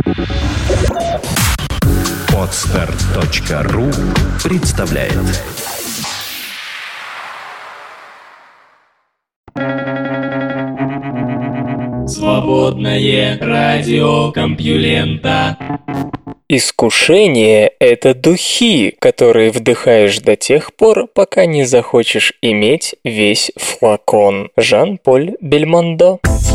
Podster.ru представляет. Свободное радио Компьюлента. Искушение – это духи, которые вдыхаешь до тех пор, пока не захочешь иметь весь флакон. Жан-Поль Бельмондо.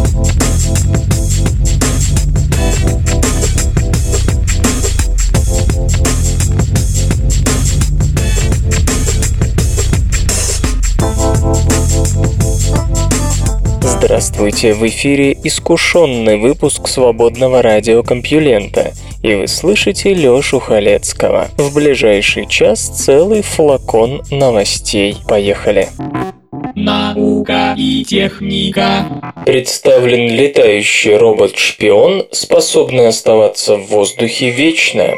Здравствуйте, в эфире искушенный выпуск свободного радио Компьюлента, и вы слышите Лёшу Халецкого. В ближайший час целый флакон новостей. Поехали! Наука и техника. Представлен летающий робот-шпион, способный оставаться в воздухе вечно.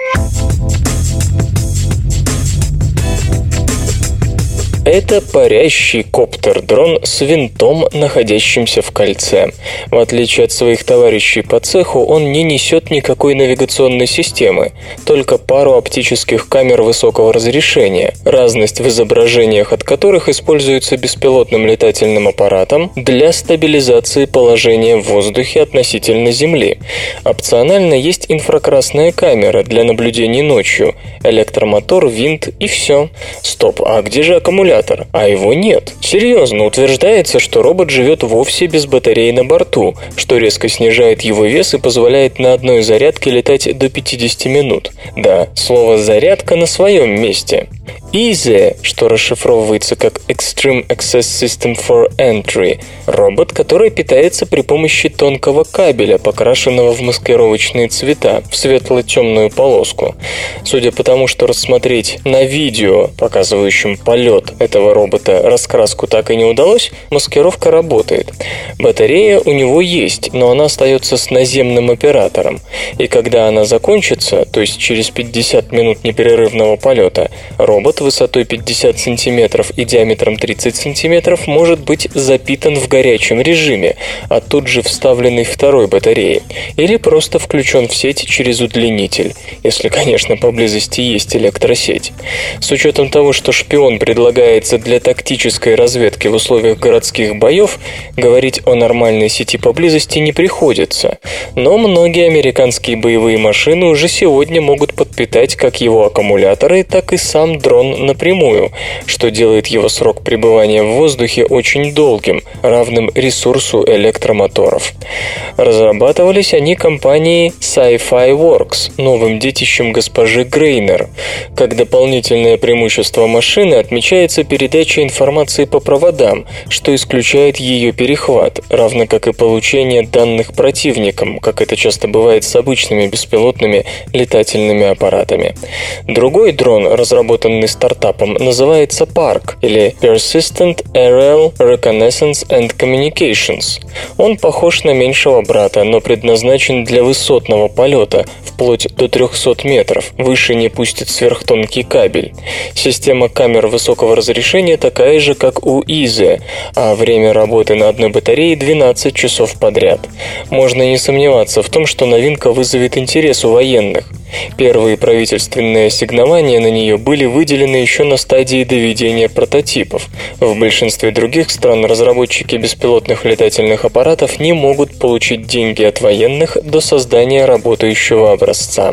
Это парящий коптер-дрон с винтом, находящимся в кольце. В отличие от своих товарищей по цеху, он не несет никакой навигационной системы, только пару оптических камер высокого разрешения, разность в изображениях от которых используется беспилотным летательным аппаратом для стабилизации положения в воздухе относительно Земли. Опционально есть инфракрасная камера для наблюдений ночью, электромотор, винт и все. Стоп, а где же аккумулятор? А его нет. Серьезно, утверждается, что робот живет вовсе без батареи на борту, что резко снижает его вес и позволяет на одной зарядке летать до 50 минут. Да, слово «зарядка» на своем месте. EASY, что расшифровывается как Extreme Access System for Entry, робот, который питается при помощи тонкого кабеля, покрашенного в маскировочные цвета, в светло-темную полоску. Судя по тому, что рассмотреть на видео, показывающем полет этого робота, раскраску так и не удалось, маскировка работает. Батарея у него есть, но она остается с наземным оператором. И когда она закончится, то есть через 50 минут непрерывного полета, робот высотой 50 см и диаметром 30 см может быть запитан в горячем режиме, а тут же вставленной второй батареей, или просто включен в сеть через удлинитель, если, конечно, поблизости есть электросеть. С учетом того, что шпион предлагается для тактической разведки в условиях городских боев, говорить о нормальной сети поблизости не приходится, но многие американские боевые машины уже сегодня могут подпитать как его аккумуляторы, так и сам дрон напрямую, что делает его срок пребывания в воздухе очень долгим, равным ресурсу электромоторов. Разрабатывались они компанией Sci-Fi Works, новым детищем госпожи Грейнер. Как дополнительное преимущество машины отмечается передача информации по проводам, что исключает ее перехват, равно как и получение данных противникам, как это часто бывает с обычными беспилотными летательными аппаратами. Другой дрон, разработанный стартапом, называется PARC, или Persistent Aerial Reconnaissance and Communications. Он похож на меньшего брата, но предназначен для высотного полета, вплоть до 300 метров, выше не пустит сверхтонкий кабель. Система камер высокого разрешения такая же, как у EASY, а время работы на одной батарее 12 часов подряд. Можно не сомневаться в том, что новинка вызовет интерес у военных. Первые правительственные ассигнования на нее были выделены еще на стадии доведения прототипов. В большинстве других стран разработчики беспилотных летательных аппаратов не могут получить деньги от военных до создания работающего образца.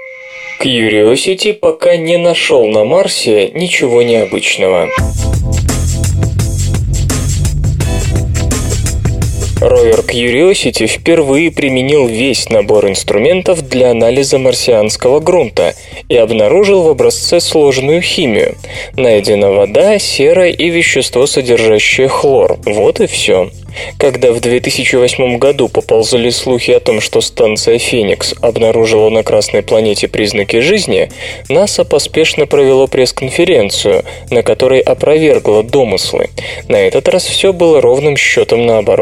Curiosity пока не нашел на Марсе ничего необычного. Ровер Curiosity впервые применил весь набор инструментов для анализа марсианского грунта и обнаружил в образце сложную химию. Найдена вода, сера и вещество, содержащее хлор. Вот и все. Когда в 2008 году поползли слухи о том, что станция «Феникс» обнаружила на Красной планете признаки жизни, НАСА поспешно провело пресс-конференцию, на которой опровергло домыслы. На этот раз все было ровным счетом наоборот.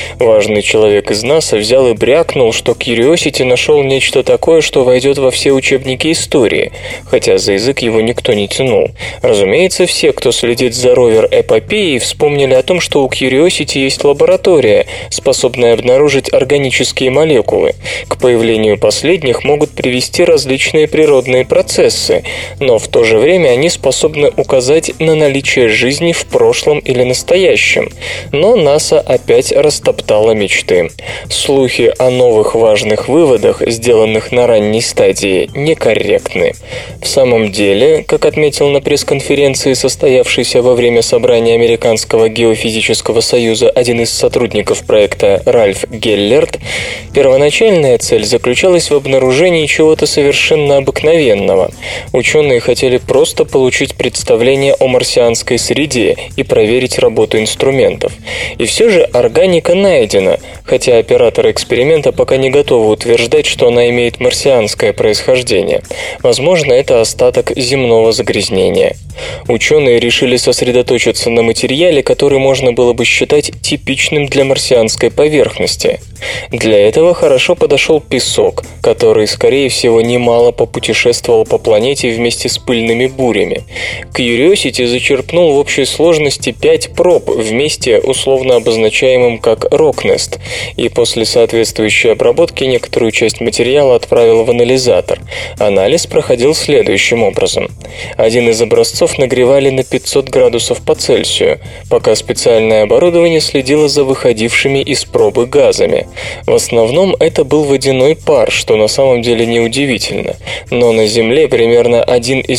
Важный человек из НАСА взял и брякнул, что Curiosity нашел нечто такое, что войдет во все учебники истории, хотя за язык его никто не тянул. Разумеется, все, кто следит за ровер-эпопеей, вспомнили о том, что у Curiosity есть лаборатория, способная обнаружить органические молекулы. К появлению последних могут привести различные природные процессы, но в то же время они способны указать на наличие жизни в прошлом или настоящем. Но НАСА опять растоптала мечты. Слухи о новых важных выводах, сделанных на ранней стадии, некорректны. В самом деле, как отметил на пресс-конференции, состоявшейся во время собрания Американского геофизического союза один из сотрудников проекта Ральф Геллерт, первоначальная цель заключалась в обнаружении чего-то совершенно обыкновенного. Ученые хотели просто получить представление о марсианской среде и проверить работу инструментов. И все же органика найдена, хотя операторы эксперимента пока не готовы утверждать, что она имеет марсианское происхождение. Возможно, это остаток земного загрязнения. Ученые решили сосредоточиться на материале, который можно было бы считать типичным для марсианской поверхности. Для этого хорошо подошел песок, который, скорее всего, немало попутешествовал по планете вместе с пыльными бурями. Curiosity зачерпнул в общей сложности 5 проб в месте, условно обозначаемым как Рокнест, и после соответствующей обработки некоторую часть материала отправил в анализатор. Анализ проходил следующим образом. Один из образцов нагревали на 500 градусов по Цельсию, пока специальное оборудование следило за выходившими из пробы газами. В основном это был водяной пар, что на самом деле неудивительно. Но на Земле примерно 1 из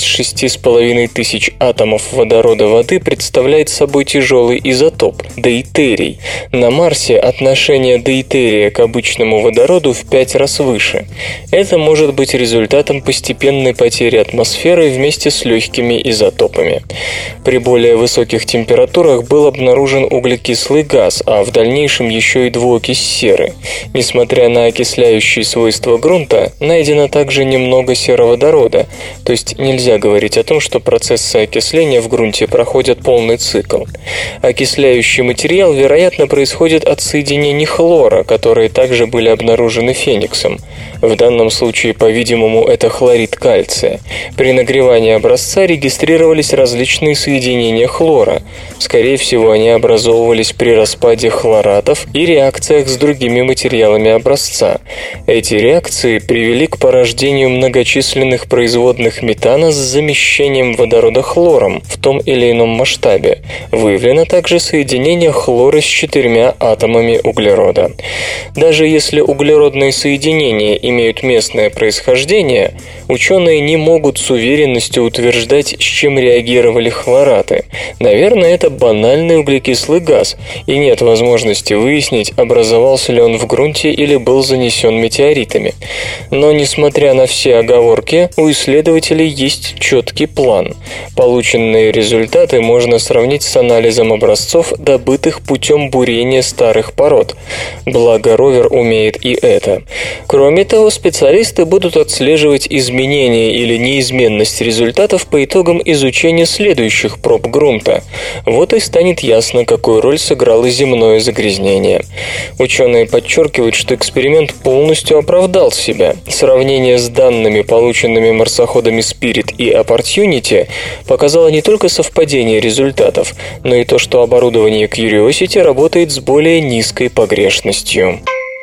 6500 атомов водорода воды представляет собой тяжелый изотоп – дейтерий. На Марсе отношение дейтерия к обычному водороду в 5 раз выше. Это может быть результатом постепенной потери атмосферы вместе с легкими изотопами. При более высоких температурах был обнаружен углекислый газ, а в дальнейшем еще и двуокись серы. Несмотря на окисляющие свойства грунта, найдено также немного сероводорода, то есть нельзя говорить о том, что процессы окисления в грунте проходят полный цикл. Окисляющий материал, вероятно, происходит от соединений хлора, которые также были обнаружены Фениксом. В данном случае, по-видимому, это хлорид кальция. При нагревании образца регистрировались различные соединения хлора. Скорее всего, они образовывались при распаде хлоратов и реакциях с другими материалами образца. Эти реакции привели к порождению многочисленных производных метана с замещением водорода хлором в том или ином масштабе. Выявлено также соединение хлора с 4 атомами углерода. Даже если углеродные соединения имеют местное происхождение, ученые не могут с уверенностью утверждать, с чем реагировали хлораты. Наверное, это банальный углекислый газ, и нет возможности выяснить, образовался ли он в грунте или был занесен метеоритами. Но, несмотря на все оговорки, у исследователей есть четкий план. Полученные результаты можно сравнить с анализом образцов, добытых путем бурения старых пород. Благо, ровер умеет и это. Кроме того, специалисты будут отслеживать изменения или неизменность результатов по итогам изучения следующих проб грунта. Вот и станет ясно, какую роль сыграло земное загрязнение. Ученые подчеркивают, что эксперимент полностью оправдал себя. Сравнение с данными, полученными марсоходами Spirit и Opportunity, показало не только совпадение результатов, но и то, что оборудование Curiosity работает с более низкой погрешностью.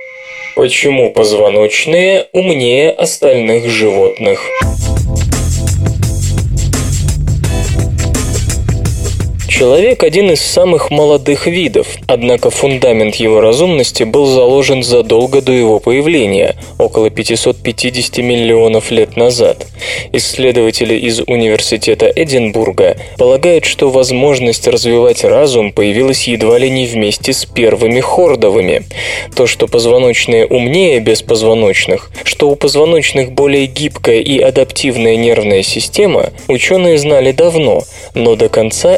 Почему позвоночные умнее остальных животных? Человек – один из самых молодых видов, однако фундамент его разумности был заложен задолго до его появления, около 550 миллионов лет назад. Исследователи из Университета Эдинбурга полагают, что возможность развивать разум появилась едва ли не вместе с первыми хордовыми. То, что позвоночные умнее беспозвоночных, что у позвоночных более гибкая и адаптивная нервная система, ученые знали давно, но до конца этот феномен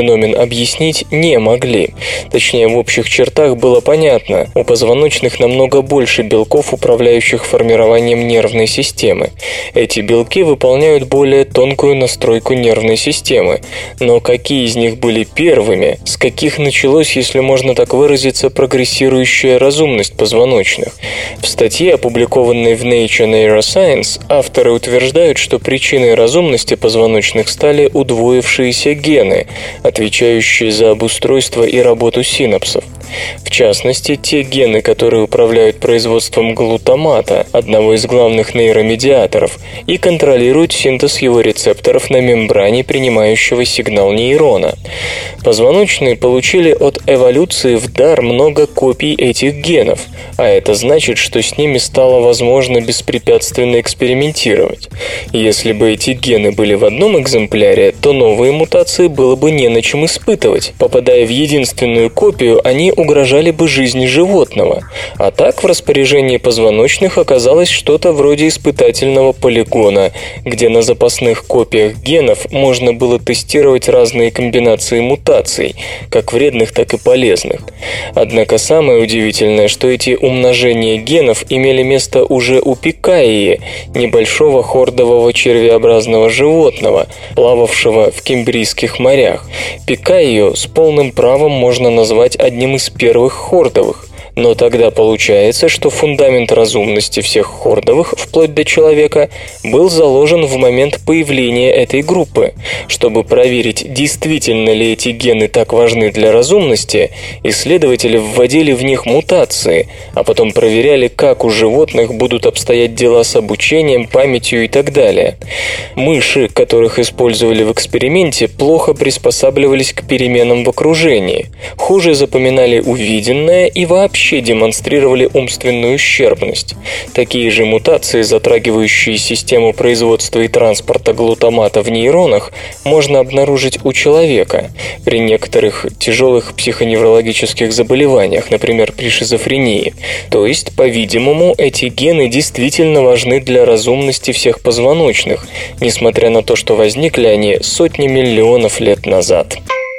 феномен объяснить не могли. Точнее, в общих чертах было понятно, у позвоночных намного больше белков, управляющих формированием нервной системы. Эти белки выполняют более тонкую настройку нервной системы. Но какие из них были первыми, с каких началось, если можно так выразиться, прогрессирующая разумность позвоночных? В статье, опубликованной в Nature Neuroscience, авторы утверждают, что причиной разумности позвоночных стали удвоившиеся гены, отвечающие за обустройство и работу синапсов. В частности, те гены, которые управляют производством глутамата, одного из главных нейромедиаторов, и контролируют синтез его рецепторов на мембране принимающего сигнал нейрона. Позвоночные получили от эволюции в дар много копий этих генов, а это значит, что с ними стало возможно беспрепятственно экспериментировать. Если бы эти гены были в одном экземпляре, то новые мутации было бы не на чем испытывать. Попадая в единственную копию, они угрожали бы жизни животного. А так в распоряжении позвоночных оказалось что-то вроде испытательного полигона, где на запасных копиях генов можно было тестировать разные комбинации мутаций, как вредных, так и полезных. Однако самое удивительное, что эти умножения генов имели место уже у пикаи, небольшого хордового червеобразного животного, плававшего в Кембрийских морях. Пикаю с полным правом можно назвать одним из первых хордовых. Но тогда получается, что фундамент разумности всех хордовых, вплоть до человека, был заложен в момент появления этой группы. Чтобы проверить, действительно ли эти гены так важны для разумности, исследователи вводили в них мутации, а потом проверяли, как у животных будут обстоять дела с обучением, памятью и так далее. Мыши, которых использовали в эксперименте, плохо приспосабливались к переменам в окружении, хуже запоминали увиденное и вообще демонстрировали умственную ущербность. Такие же мутации, затрагивающие систему производства и транспорта глутамата в нейронах, можно обнаружить у человека. При некоторых тяжелых психоневрологических заболеваниях, например, при шизофрении. То есть, по-видимому, эти гены действительно важны для разумности всех позвоночных, несмотря на то, что возникли они сотни миллионов лет назад.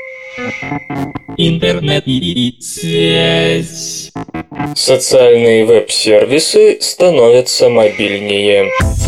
Интернет и связь. Социальные веб-сервисы становятся мобильнее.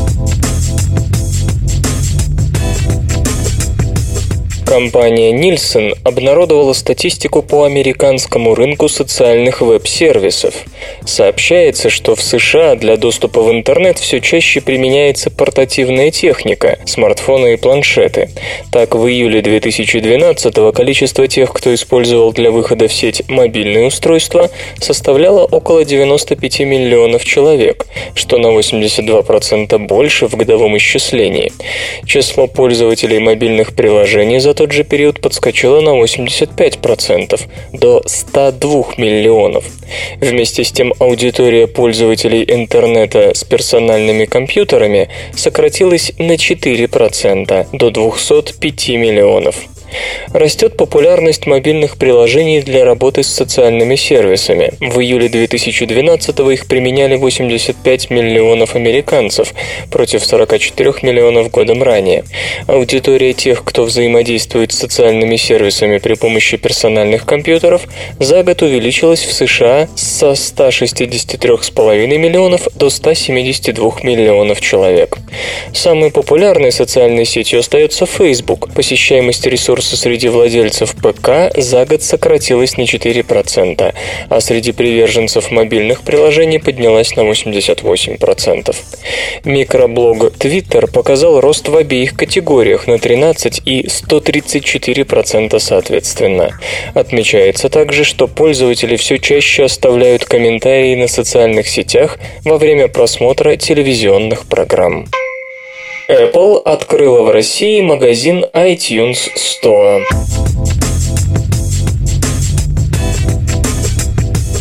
Компания Nielsen обнародовала статистику по американскому рынку социальных веб-сервисов. Сообщается, что в США для доступа в интернет все чаще применяется портативная техника, смартфоны и планшеты. Так, в июле 2012-го количество тех, кто использовал для выхода в сеть мобильные устройства, составляло около 95 миллионов человек, что на 82% больше в годовом исчислении. Число пользователей мобильных приложений за тот же период подскочило на 85%, до 102 миллионов. Вместе с тем, аудитория пользователей интернета с персональными компьютерами сократилась на 4%, до 205 миллионов. Растет популярность мобильных приложений для работы с социальными сервисами. В июле 2012-го их применяли 85 миллионов американцев против 44 миллионов годом ранее. Аудитория тех, кто взаимодействует с социальными сервисами при помощи персональных компьютеров, за год увеличилась в США со 163,5 миллионов до 172 миллионов человек. Самой популярной социальной сетью остается Facebook. Посещаемость ресурса среди владельцев ПК за год сократилась на 4%, а среди приверженцев мобильных приложений поднялась на 88%. Микроблог Twitter показал рост в обеих категориях на 13% и 134% соответственно. Отмечается также, что пользователи все чаще оставляют комментарии на социальных сетях во время просмотра телевизионных программ. Apple открыла в России магазин iTunes Store.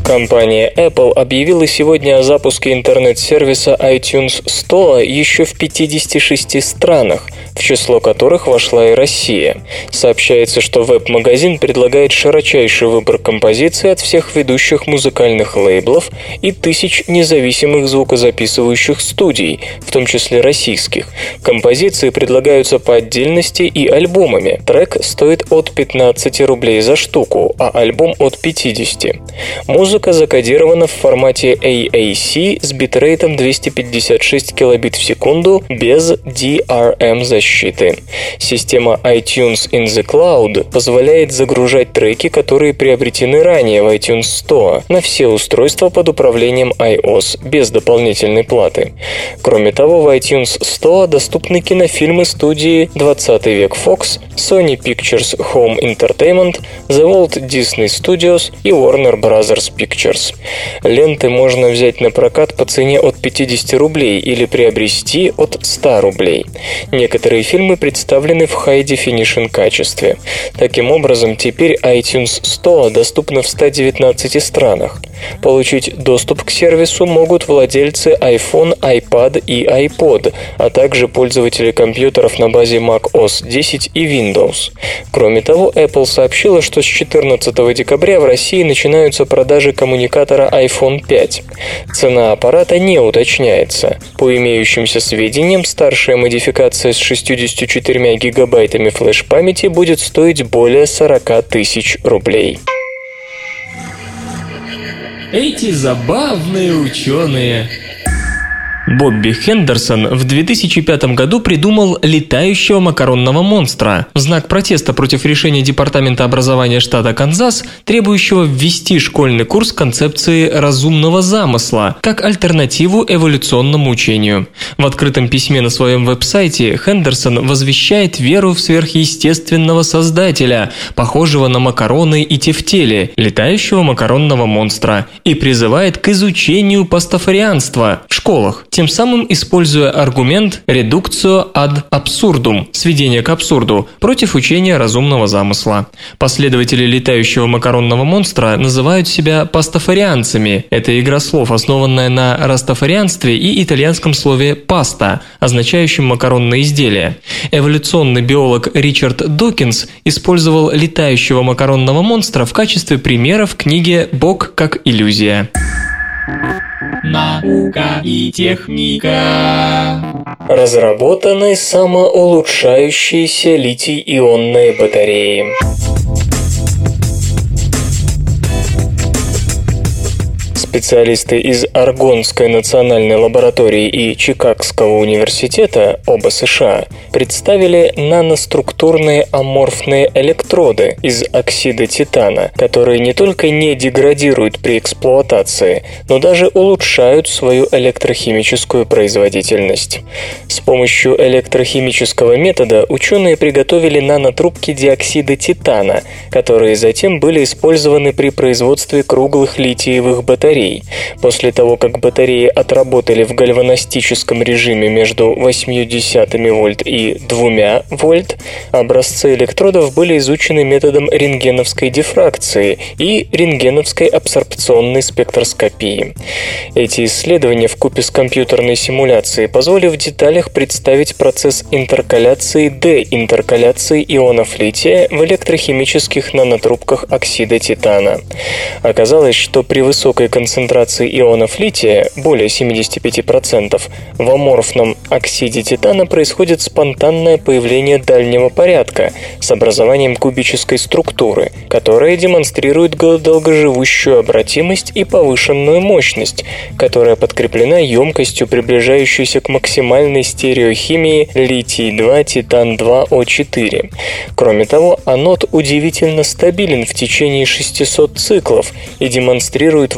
Компания Apple объявила сегодня о запуске интернет-сервиса iTunes Store еще в 56 странах, в число которых вошла и Россия. Сообщается, что веб-магазин предлагает широчайший выбор композиций от всех ведущих музыкальных лейблов и тысяч независимых звукозаписывающих студий, в том числе российских. Композиции предлагаются по отдельности и альбомами. Трек стоит от 15 рублей за штуку, а альбом от 50. Музыка закодирована в формате AAC с битрейтом 256 килобит в секунду без DRM-защиты. Система iTunes in the Cloud позволяет загружать треки, которые приобретены ранее в iTunes Store, на все устройства под управлением iOS, без дополнительной платы. Кроме того, в iTunes Store доступны кинофильмы студии 20 век Fox, Sony Pictures Home Entertainment, The Walt Disney Studios и Warner Bros. Pictures. Ленты можно взять на прокат по цене от 50 рублей или приобрести от 100 рублей. Некоторые фильмы представлены в High Definition качестве. Таким образом, теперь iTunes Store доступна в 119 странах. Получить доступ к сервису могут владельцы iPhone, iPad и iPod, а также пользователи компьютеров на базе Mac OS X и Windows. Кроме того, Apple сообщила, что с 14 декабря в России начинаются продажи коммуникатора iPhone 5. Цена аппарата не уточняется. По имеющимся сведениям, старшая модификация с 64 гигабайтами флеш-памяти будет стоить более 40 тысяч рублей. Эти забавные ученые. Бобби Хендерсон в 2005 году придумал летающего макаронного монстра в знак протеста против решения Департамента образования штата Канзас, требующего ввести школьный курс концепции разумного замысла как альтернативу эволюционному учению. В открытом письме на своем веб-сайте Хендерсон возвещает веру в сверхъестественного создателя, похожего на макароны и тефтели, летающего макаронного монстра, и призывает к изучению пастафарианства в школах, тем самым используя аргумент «reductio ad absurdum» – сведение к абсурду, против учения разумного замысла. Последователи летающего макаронного монстра называют себя пастафарианцами. Это игра слов, основанная на растафарианстве и итальянском слове «паста», означающем макаронное изделие. Эволюционный биолог Ричард Докинс использовал летающего макаронного монстра в качестве примера в книге «Бог как иллюзия». Наука и техника. Разработаны самоулучшающиеся литий-ионные батареи. Специалисты из Аргонской национальной лаборатории и Чикагского университета, оба США, представили наноструктурные аморфные электроды из оксида титана, которые не только не деградируют при эксплуатации, но даже улучшают свою электрохимическую производительность. С помощью электрохимического метода ученые приготовили нанотрубки диоксида титана, которые затем были использованы при производстве круглых литиевых батарей. После того, как батареи отработали в гальваностическом режиме между 0,8 вольт и 2 вольт, образцы электродов были изучены методом рентгеновской дифракции и рентгеновской абсорбционной спектроскопии. Эти исследования вкупе с компьютерной симуляцией позволили в деталях представить процесс интеркаляции и деинтеркаляции ионов лития в электрохимических нанотрубках оксида титана. Оказалось, что при высокой концентрации ионов лития, более 75%, в аморфном оксиде титана происходит спонтанное появление дальнего порядка с образованием кубической структуры, которая демонстрирует долгоживущую обратимость и повышенную мощность, которая подкреплена емкостью, приближающейся к максимальной стереохимии литий-2, титан-2, О4. Кроме того, анод удивительно стабилен в течение 600 циклов и демонстрирует высокий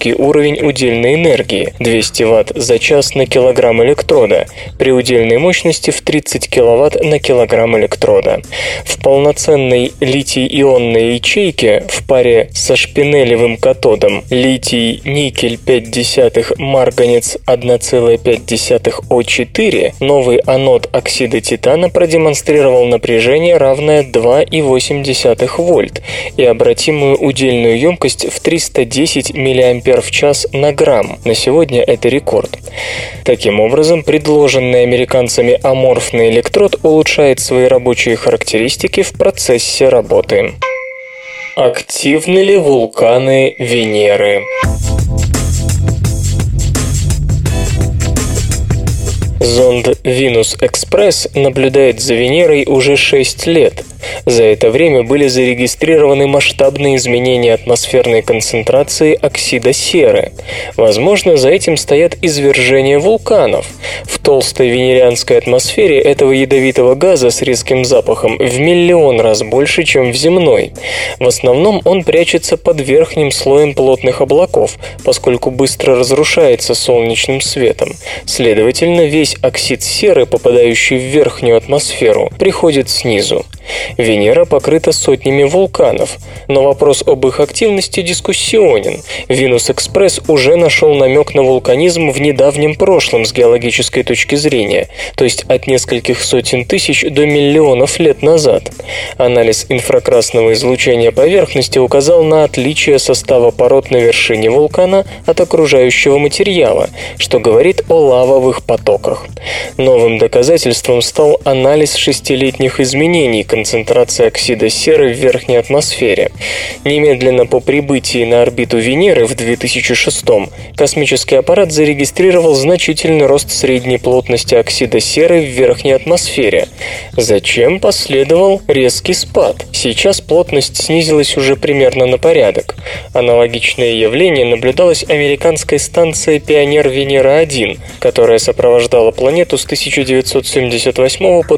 низкий уровень удельной энергии – 200 Вт за час на килограмм электрода, при удельной мощности в 30 кВт на килограмм электрода. В полноценной литий-ионной ячейке в паре со шпинелевым катодом литий-никель 0,5, марганец 1,5 О4 новый анод оксида титана продемонстрировал напряжение, равное 2,8 вольт, и обратимую удельную емкость в 310 мАч на грамм. На сегодня это рекорд. Таким образом, предложенный американцами аморфный электрод улучшает свои рабочие характеристики в процессе работы. Активны ли вулканы Венеры? Зонд Venus-Express наблюдает за Венерой уже 6 лет. За это время были зарегистрированы масштабные изменения атмосферной концентрации оксида серы. Возможно, за этим стоят извержения вулканов. В толстой венерианской атмосфере этого ядовитого газа с резким запахом в миллион раз больше, чем в земной. В основном он прячется под верхним слоем плотных облаков, поскольку быстро разрушается солнечным светом. Следовательно, весь оксид серы, попадающий в верхнюю атмосферу, приходит снизу. Венера покрыта сотнями вулканов, но вопрос об их активности дискуссионен. Venus-Express уже нашел намек на вулканизм в недавнем прошлом с геологической точки зрения, то есть от нескольких сотен тысяч до миллионов лет назад. Анализ инфракрасного излучения поверхности указал на отличие состава пород на вершине вулкана от окружающего материала, что говорит о лавовых потоках. Новым доказательством стал анализ 6-летних изменений концентрации оксида серы в верхней атмосфере. Немедленно по прибытии на орбиту Венеры в 2006-м космический аппарат зарегистрировал значительный рост средней плотности оксида серы в верхней атмосфере. Затем последовал резкий спад. Сейчас плотность снизилась уже примерно на порядок. Аналогичное явление наблюдалось американской станцией «Пионер Венера-1», которая сопровождала планету с 1978 по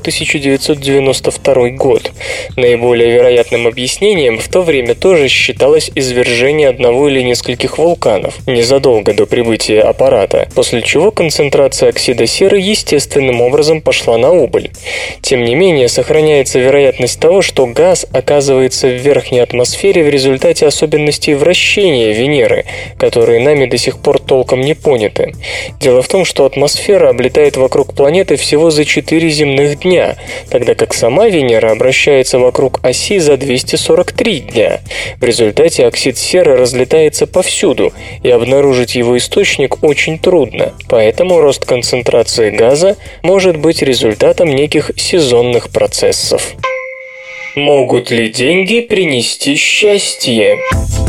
1992 год. Наиболее вероятным объяснением в то время тоже считалось извержение одного или нескольких вулканов, незадолго до прибытия аппарата, после чего концентрация оксида серы естественным образом пошла на убыль. Тем не менее, сохраняется вероятность того, что газ оказывается в верхней атмосфере в результате особенностей вращения Венеры, которые нами до сих пор толком не поняты. Дело в том, что атмосфера облетает вокруг планеты всего за 4 земных дня, тогда как сама Венера обращается вокруг оси за 243 дня. В результате оксид серы разлетается повсюду, и обнаружить его источник очень трудно, поэтому рост концентрации газа может быть результатом неких сезонных процессов. Могут ли деньги принести счастье?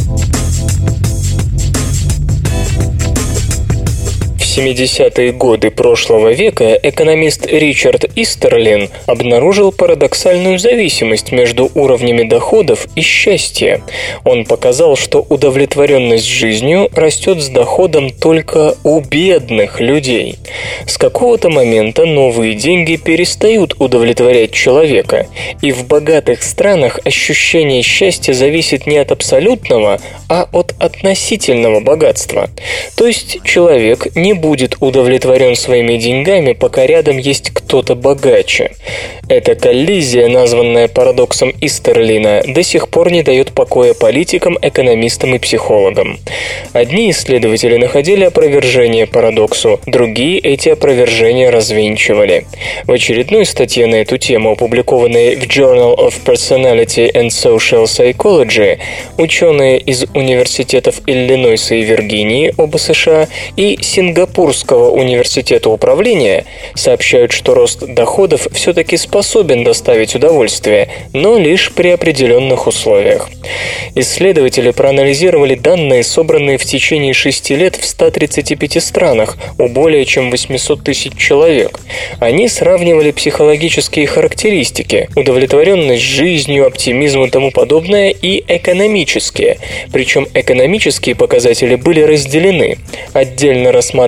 В 70-е годы прошлого века экономист Ричард Истерлин обнаружил парадоксальную зависимость между уровнями доходов и счастья. Он показал, что удовлетворенность жизнью растет с доходом только у бедных людей. С какого-то момента новые деньги перестают удовлетворять человека, и в богатых странах ощущение счастья зависит не от абсолютного, а от относительного богатства. То есть человек не будет удовлетворен своими деньгами, пока рядом есть кто-то богаче. Эта коллизия, названная парадоксом Истерлина, до сих пор не дает покоя политикам, экономистам и психологам. Одни исследователи находили опровержение парадоксу, другие эти опровержения развенчивали. В очередной статье на эту тему, опубликованной в Journal of Personality and Social Psychology, ученые из университетов Иллинойса и Виргинии, оба США, и Сингапурского университета управления сообщают, что рост доходов все-таки способен доставить удовольствие, но лишь при определенных условиях. Исследователи проанализировали данные, собранные в течение 6 лет в 135 странах у более чем 800 тысяч человек. Они сравнивали психологические характеристики, удовлетворенность жизнью, оптимизм и тому подобное, и экономические. Причем экономические показатели были разделены. Отдельно рассматривали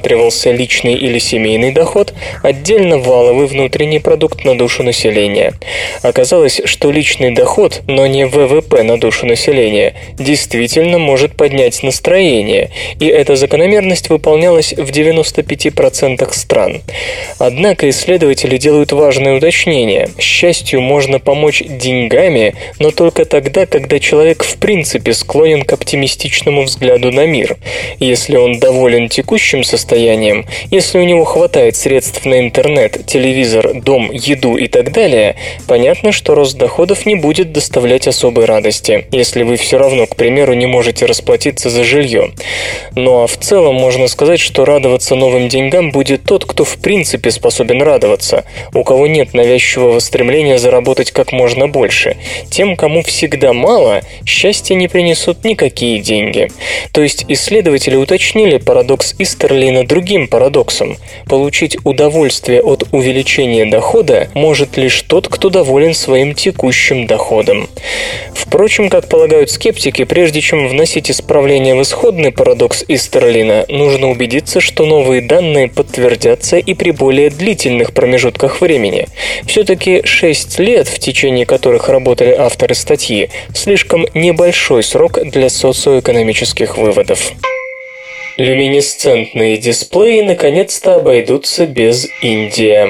рассматривался личный или семейный доход, отдельно валовый внутренний продукт на душу населения. Оказалось, что личный доход, но не ВВП на душу населения, действительно может поднять настроение, и эта закономерность выполнялась в 95% стран. Однако исследователи делают важное уточнение. Счастью можно помочь деньгами, но только тогда, когда человек в принципе склонен к оптимистичному взгляду на мир. Если он доволен текущим состоянием, если у него хватает средств на интернет, телевизор, дом, еду и так далее, понятно, что рост доходов не будет доставлять особой радости, если вы все равно, к примеру, не можете расплатиться за жилье. Ну а в целом можно сказать, что радоваться новым деньгам будет тот, кто в принципе способен радоваться, у кого нет навязчивого стремления заработать как можно больше. Тем, кому всегда мало, счастья не принесут никакие деньги. То есть исследователи уточнили парадокс Истерлина другим парадоксом. Получить удовольствие от увеличения дохода может лишь тот, кто доволен своим текущим доходом. Впрочем, как полагают скептики, прежде чем вносить исправление в исходный парадокс Истерлина, нужно убедиться, что новые данные подтвердятся и при более длительных промежутках времени. Все-таки 6 лет, в течение которых работали авторы статьи, слишком небольшой срок для социоэкономических выводов. Люминесцентные дисплеи наконец-то обойдутся без индия.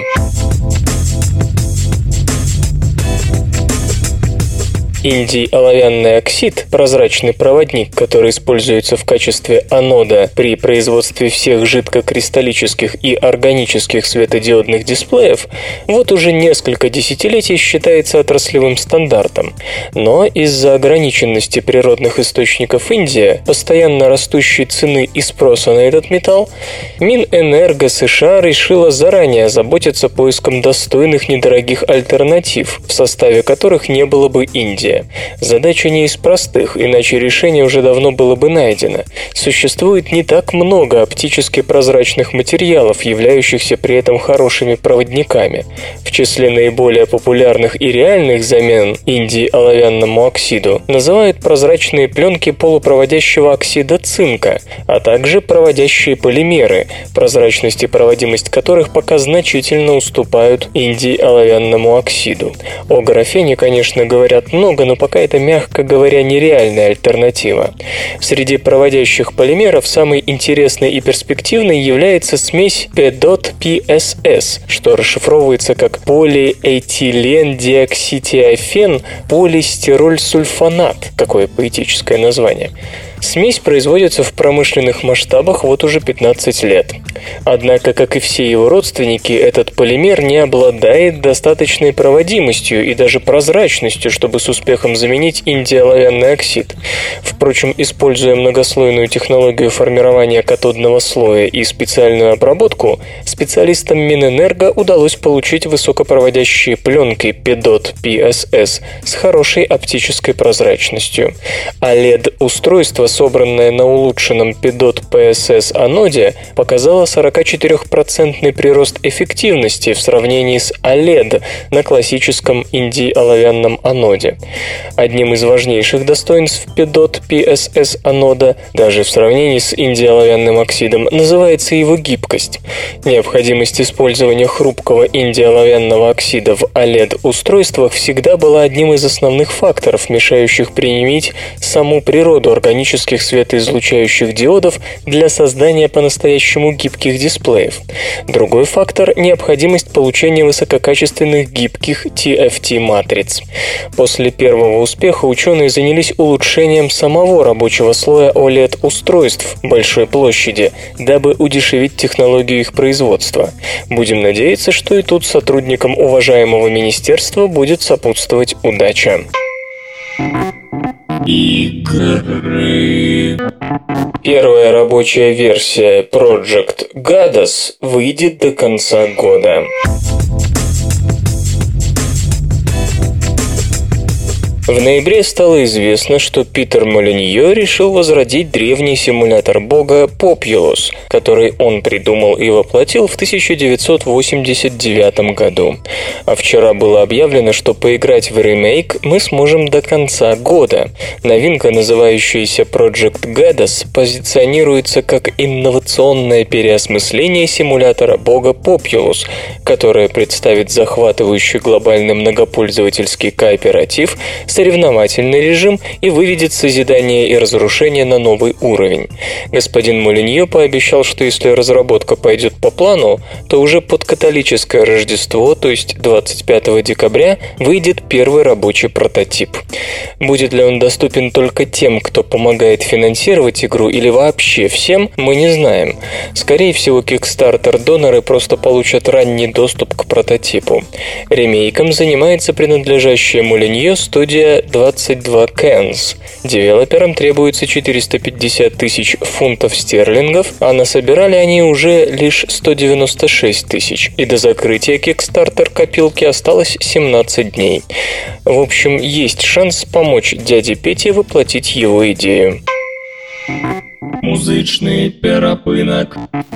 Индий-оловянный оксид, прозрачный проводник, который используется в качестве анода при производстве всех жидкокристаллических и органических светодиодных дисплеев, вот уже несколько десятилетий считается отраслевым стандартом. Но из-за ограниченности природных источников Индии, постоянно растущей цены и спроса на этот металл, Минэнерго США решила заранее озаботиться поиском достойных недорогих альтернатив, в составе которых не было бы Индии. Задача не из простых, иначе решение уже давно было бы найдено. Существует не так много оптически прозрачных материалов, являющихся при этом хорошими проводниками. В числе наиболее популярных и реальных замен индий-оловянному оксиду называют прозрачные пленки полупроводящего оксида цинка, а также проводящие полимеры, прозрачность и проводимость которых пока значительно уступают индий-оловянному оксиду. О графене, конечно, говорят много, но пока это, мягко говоря, нереальная альтернатива. Среди проводящих полимеров самой интересной и перспективной является смесь PEDOT-PSS, что расшифровывается как полиэтилендиокситиофен полистирольсульфонат. Какое поэтическое название. Смесь производится в промышленных масштабах вот уже 15 лет. Однако, как и все его родственники, этот полимер не обладает достаточной проводимостью и даже прозрачностью, чтобы с успехом заменить индий-оловянный оксид. Впрочем, используя многослойную технологию формирования катодного слоя и специальную обработку, специалистам Минэнерго удалось получить высокопроводящие пленки PEDOT-PSS с хорошей оптической прозрачностью. А LED-устройство, собранное на улучшенном PEDOT-PSS аноде, показало 44% прирост эффективности в сравнении с OLED на классическом индий-оловянном аноде. Одним из важнейших достоинств PEDOT-PSS анода, даже в сравнении с индий-оловянным оксидом, называется его гибкость. Необходимость использования хрупкого индий-оловянного оксида в OLED-устройствах всегда была одним из основных факторов, мешающих применить саму природу органических светоизлучающих диодов для создания по-настоящему гибких дисплеев. Другой фактор – необходимость получения высококачественных гибких TFT-матриц. После первого успеха ученые занялись улучшением самого рабочего слоя OLED-устройств большой площади, дабы удешевить технологию их производства. Будем надеяться, что и тут сотрудникам уважаемого министерства будет сопутствовать удача. Игры. Первая рабочая версия Project Gadas выйдет до конца года. В ноябре стало известно, что Питер Молиньё решил возродить древний симулятор бога Populous, который он придумал и воплотил в 1989 году. А вчера было объявлено, что поиграть в ремейк мы сможем до конца года. Новинка, называющаяся Project Goddess, позиционируется как инновационное переосмысление симулятора бога Populous, которое представит захватывающий глобальный многопользовательский кооператив, соревновательный режим и выведет созидание и разрушение на новый уровень. Господин Молиньё пообещал, что если разработка пойдет по плану, то уже под католическое Рождество, то есть 25 декабря, выйдет первый рабочий прототип. Будет ли он доступен только тем, кто помогает финансировать игру, или вообще всем, мы не знаем. Скорее всего, Kickstarter-доноры просто получат ранний доступ к прототипу. Ремейком занимается принадлежащая Молиньё студия 22 Cans. Девелоперам требуется 450 тысяч фунтов стерлингов, а насобирали они уже лишь 196 тысяч, и до закрытия Kickstarter-копилки осталось 17 дней. В общем, есть шанс помочь дяде Пете воплотить его идею. Музычный перапынок.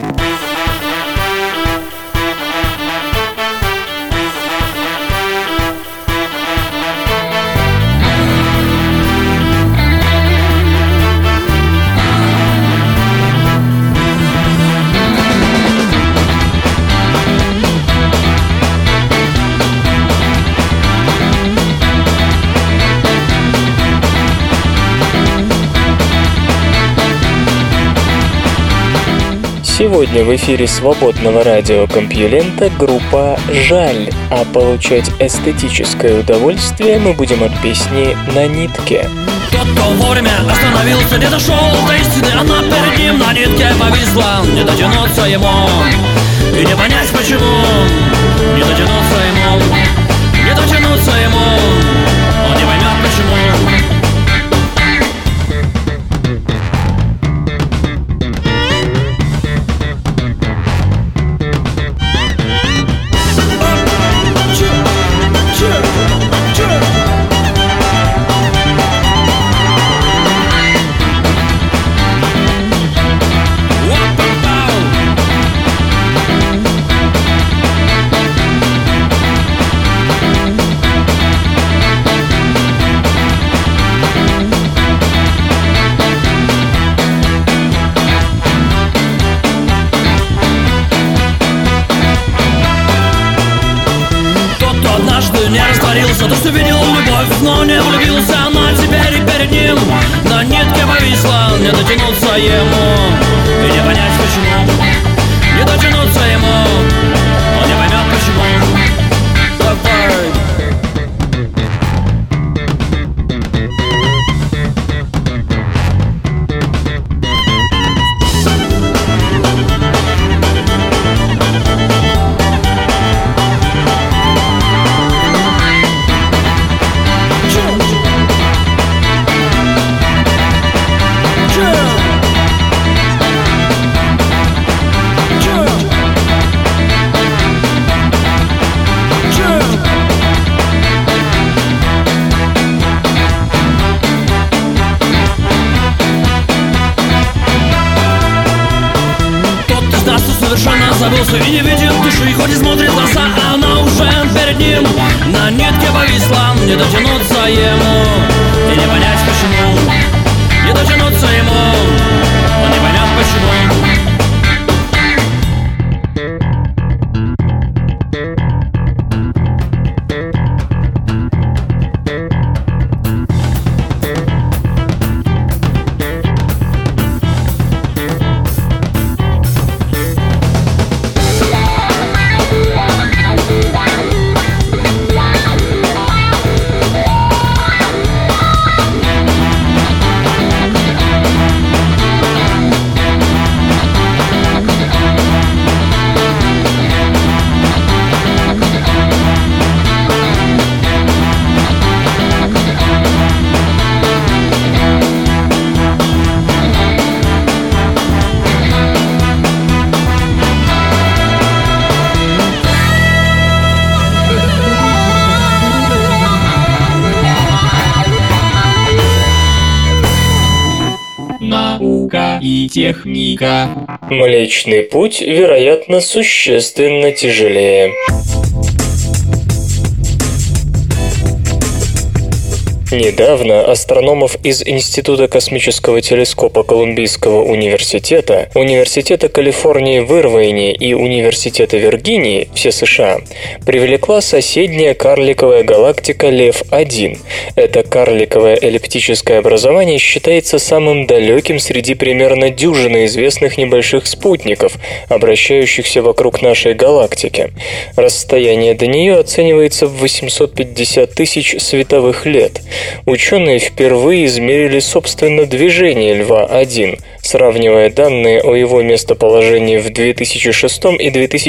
Сегодня в эфире свободного радиокомпьюлента группа «Жаль», а получать эстетическое удовольствие мы будем от песни «На нитке». Тот, кто вовремя остановился, не дошел до истины, она перед ним на нитке повисла. Не дотянуться ему и не понять почему. Не дотянуться ему, не дотянуться ему, он не поймет почему. Тот, что видел любовь, но не влюбился, она теперь и перед ним на нитке повисла. Не дотянуться ему и не понять почему. Не дотянуться ему, он не поймет почему. Давай. Забылся и не видит души, хоть и смотрит в глаза, а она уже перед ним на нитке повисла. Не дотянуться ему и не понять почему. Не дотянуться ему, он не поймет почему. и техника. Млечный Путь, вероятно, существенно тяжелее. Недавно астрономов из Института космического телескопа Колумбийского университета, Университета Калифорнии в Ирвайне и Университета Виргинии, все США, привлекла соседняя карликовая галактика Лев-1. Это карликовое эллиптическое образование считается самым далеким среди примерно дюжины известных небольших спутников, обращающихся вокруг нашей галактики. Расстояние до нее оценивается в 850 тысяч световых лет. Ученые впервые измерили, собственно, движение Льва-1, сравнивая данные о его местоположении в 2006 и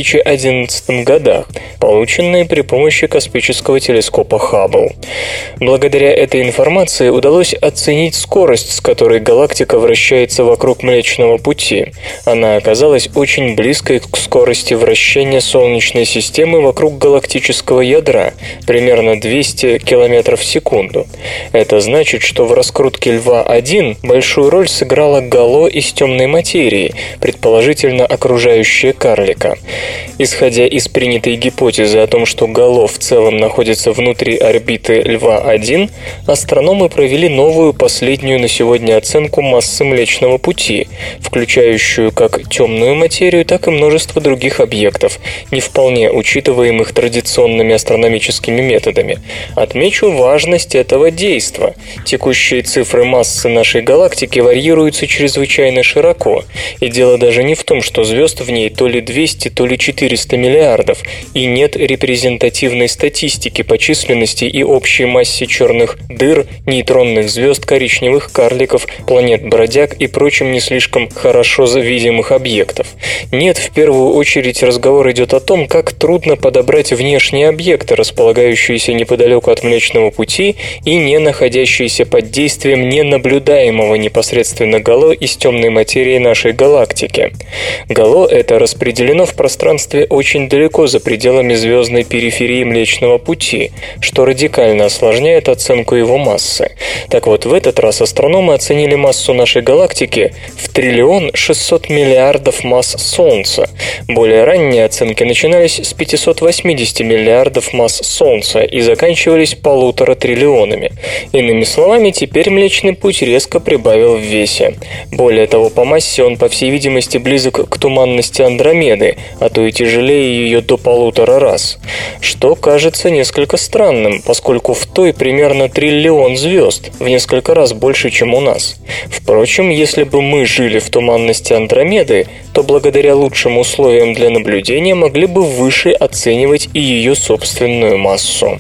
2011 годах, полученные при помощи космического телескопа Хаббл. Благодаря этой информации удалось оценить скорость, с которой галактика вращается вокруг Млечного Пути. Она оказалась очень близкой к скорости вращения Солнечной системы вокруг галактического ядра, примерно 200 км в секунду. Это значит, что в раскрутке Льва-1 большую роль сыграло гало из темной материи, предположительно окружающее карлика. Исходя из принятой гипотезы о том, что гало в целом находится внутри орбиты Льва-1, астрономы провели новую, последнюю на сегодня оценку массы Млечного Пути, включающую как темную материю, так и множество других объектов, не вполне учитываемых традиционными астрономическими методами. Отмечу важность этого действа. Текущие цифры массы нашей галактики варьируются чрезвычайно широко, и дело даже не в том, что звезд в ней то ли 200, то ли 400 миллиардов, и нет репрезентативной статистики по численности и общей массе черных дыр, нейтронных звезд, коричневых карликов, планет-бродяг и прочим не слишком хорошо видимых объектов. Нет, в первую очередь разговор идет о том, как трудно подобрать внешние объекты, располагающиеся неподалеку от Млечного Пути и не находящиеся под действием ненаблюдаемого непосредственно гало из темной материи нашей галактики. Гало это распределено в пространстве очень далеко за пределами звездной периферии Млечного Пути, что радикально осложняет оценку его массы. Так вот, в этот раз астрономы оценили массу нашей галактики в 1 600 миллиардов масс Солнца. Более ранние оценки начинались с 580 миллиардов масс Солнца и заканчивались 1,5 триллионами. Иными словами, теперь Млечный Путь резко прибавил в весе. Более того, по массе он, по всей видимости, близок к туманности Андромеды, а то и тяжелее ее до 1,5 раз. Что кажется несколько странным, поскольку в той примерно триллион звезд, в несколько раз больше, чем у нас. Впрочем, если бы мы жили в туманности Андромеды, то благодаря лучшим условиям для наблюдения могли бы выше оценивать и ее собственную массу.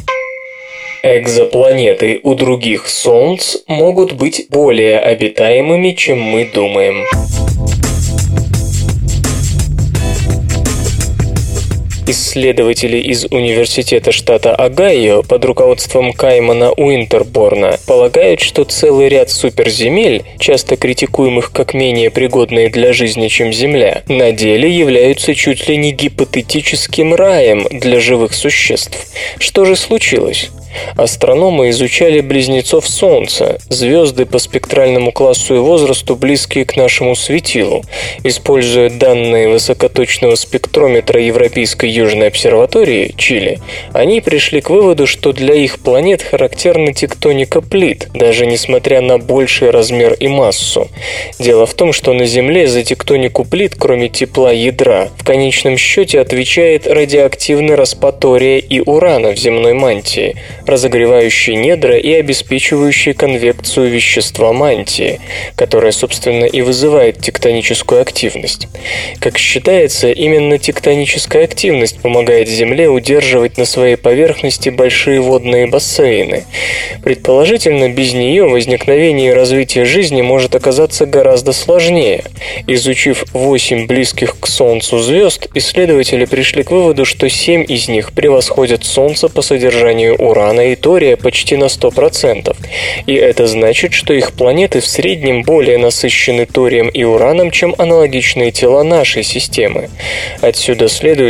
Экзопланеты у других Солнц могут быть более обитаемыми, чем мы думаем. Исследователи из Университета штата Огайо под руководством Каймана Уинтерборна полагают, что целый ряд суперземель, часто критикуемых как менее пригодные для жизни, чем Земля, на деле являются чуть ли не гипотетическим раем для живых существ. Что же случилось? Астрономы изучали близнецов Солнца, звезды по спектральному классу и возрасту, близкие к нашему светилу. Используя данные высокоточного спектрометра Европейской Южной обсерватории, Чили, они пришли к выводу, что для их планет характерна тектоника плит, даже несмотря на больший размер и массу. Дело в том, что на Земле за тектонику плит, кроме тепла ядра, в конечном счете отвечает радиоактивный распад тория и урана в земной мантии, разогревающий недра и обеспечивающий конвекцию вещества мантии, которая, собственно, и вызывает тектоническую активность. Как считается, именно тектоническая активность помогает Земле удерживать на своей поверхности большие водные бассейны. Предположительно, без нее возникновение и развитие жизни может оказаться гораздо сложнее. Изучив 8 близких к Солнцу звезд, исследователи пришли к выводу, что 7 из них превосходят Солнце по содержанию урана и тория почти на 100%. И это значит, что их планеты в среднем более насыщены торием и ураном, чем аналогичные тела нашей системы. Отсюда следует, что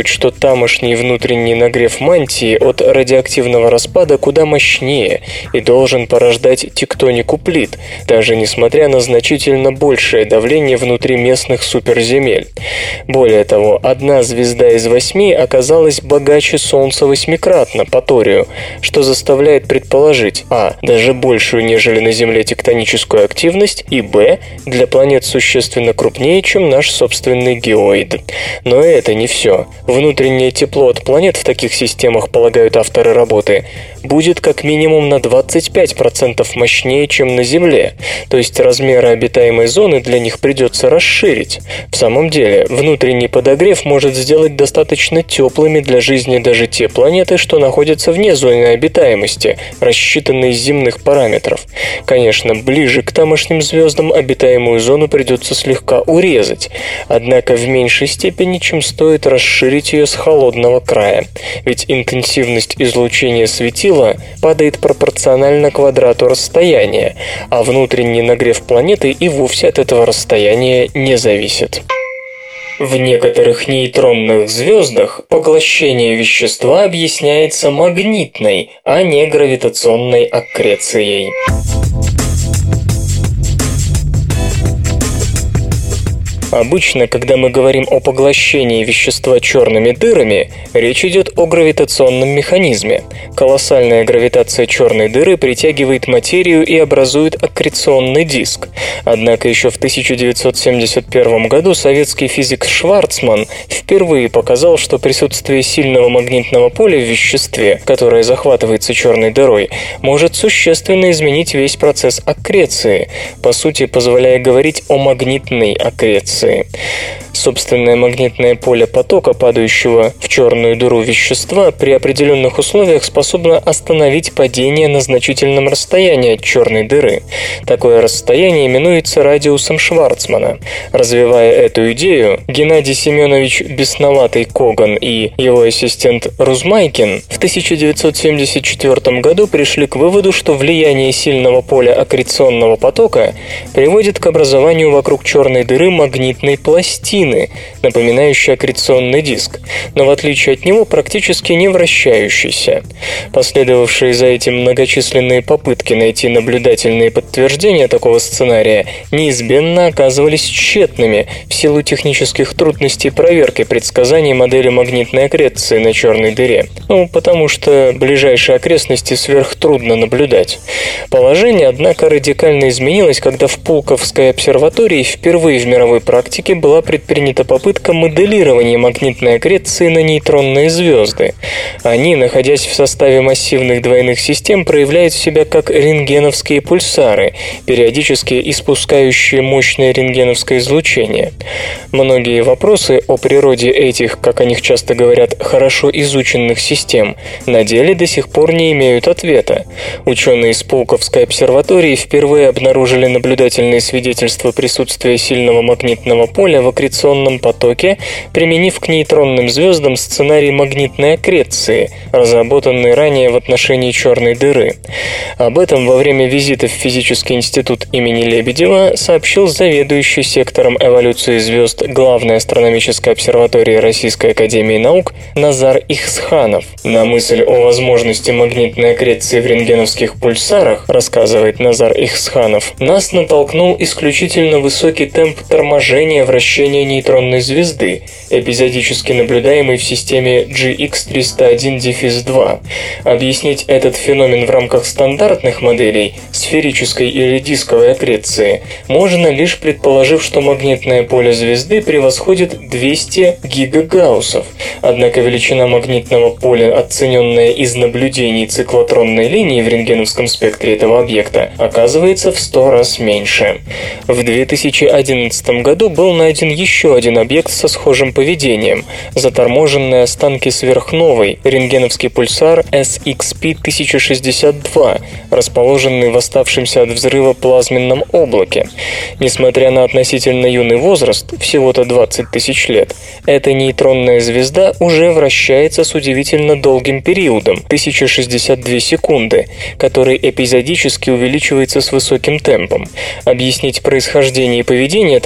тамошний внутренний нагрев мантии от радиоактивного распада куда мощнее и должен порождать тектонику плит, даже несмотря на значительно большее давление внутри местных суперземель. Более того, одна звезда из 8 оказалась богаче Солнца 8-кратно по торию, что заставляет предположить а. даже большую, нежели на Земле, тектоническую активность, и б. для планет существенно крупнее, чем наш собственный геоид. Но это не все. Внутреннее тепло от планет в таких системах, полагают авторы работы, будет как минимум на 25% мощнее, чем на Земле, то есть размеры обитаемой зоны для них придется расширить. В самом деле, внутренний подогрев может сделать достаточно теплыми для жизни даже те планеты, что находятся вне зоны обитаемости, рассчитанной из земных параметров. Конечно, ближе к тамошним звездам обитаемую зону придется слегка урезать, однако в меньшей степени, чем стоит расширить ее с холодного края. Ведь интенсивность излучения светила падает пропорционально квадрату расстояния, а внутренний нагрев планеты и вовсе от этого расстояния не зависит. В некоторых нейтронных звездах поглощение вещества объясняется магнитной, а не гравитационной аккрецией. Обычно, когда мы говорим о поглощении вещества черными дырами, речь идет о гравитационном механизме. Колоссальная гравитация черной дыры притягивает материю и образует аккреционный диск. Однако еще в 1971 году советский физик Шварцман впервые показал, что присутствие сильного магнитного поля в веществе, которое захватывается черной дырой, может существенно изменить весь процесс аккреции, по сути позволяя говорить о магнитной аккреции. Собственное магнитное поле потока, падающего в черную дыру вещества, при определенных условиях способно остановить падение на значительном расстоянии от черной дыры. Такое расстояние именуется радиусом Шварцмана. Развивая эту идею, Геннадий Семенович Бесноватый-Коган и его ассистент Рузмайкин в 1974 году пришли к выводу, что влияние сильного поля аккреционного потока приводит к образованию вокруг черной дыры магнитной пластины, напоминающей аккреционный диск, но в отличие от него практически не вращающийся. Последовавшие за этим многочисленные попытки найти наблюдательные подтверждения такого сценария неизменно оказывались тщетными в силу технических трудностей проверки предсказаний модели магнитной аккреции на черной дыре. Потому что ближайшие окрестности сверхтрудно наблюдать. Положение, однако, радикально изменилось, когда в Пулковской обсерватории впервые в мировой практике была предпринята попытка моделирования магнитной аккреции на нейтронные звезды. Они, находясь в составе массивных двойных систем, проявляют себя как рентгеновские пульсары, периодически испускающие мощное рентгеновское излучение. Многие вопросы о природе этих, как о них часто говорят, хорошо изученных систем, на деле до сих пор не имеют ответа. Ученые из Пулковской обсерватории впервые обнаружили наблюдательные свидетельства присутствия сильного магнитного поля в аккреционном потоке, применив к нейтронным звездам сценарий магнитной аккреции, разработанный ранее в отношении черной дыры. Об этом во время визита в Физический институт имени Лебедева сообщил заведующий сектором эволюции звезд Главной астрономической обсерватории Российской академии наук Назар Ихсханов. На мысль о возможности магнитной аккреции в рентгеновских пульсарах, рассказывает Назар Ихсханов, нас натолкнул исключительно высокий темп торможения вращения нейтронной звезды, эпизодически наблюдаемый в системе GX301-2. Объяснить этот феномен в рамках стандартных моделей сферической или дисковой аккреции можно лишь предположив, что магнитное поле звезды превосходит 200 гигагауссов. Однако величина магнитного поля, оцененная из наблюдений циклотронной линии в рентгеновском спектре этого объекта, оказывается в 100 раз меньше. В 2011 году был найден еще один объект со схожим поведением – заторможенные останки сверхновой, рентгеновский пульсар SXP-1062, расположенный в оставшемся от взрыва плазменном облаке. Несмотря на относительно юный возраст, всего-то 20 тысяч лет, эта нейтронная звезда уже вращается с удивительно долгим периодом – 1062 секунды, который эпизодически увеличивается с высоким темпом. Объяснить происхождение и поведение такого объекта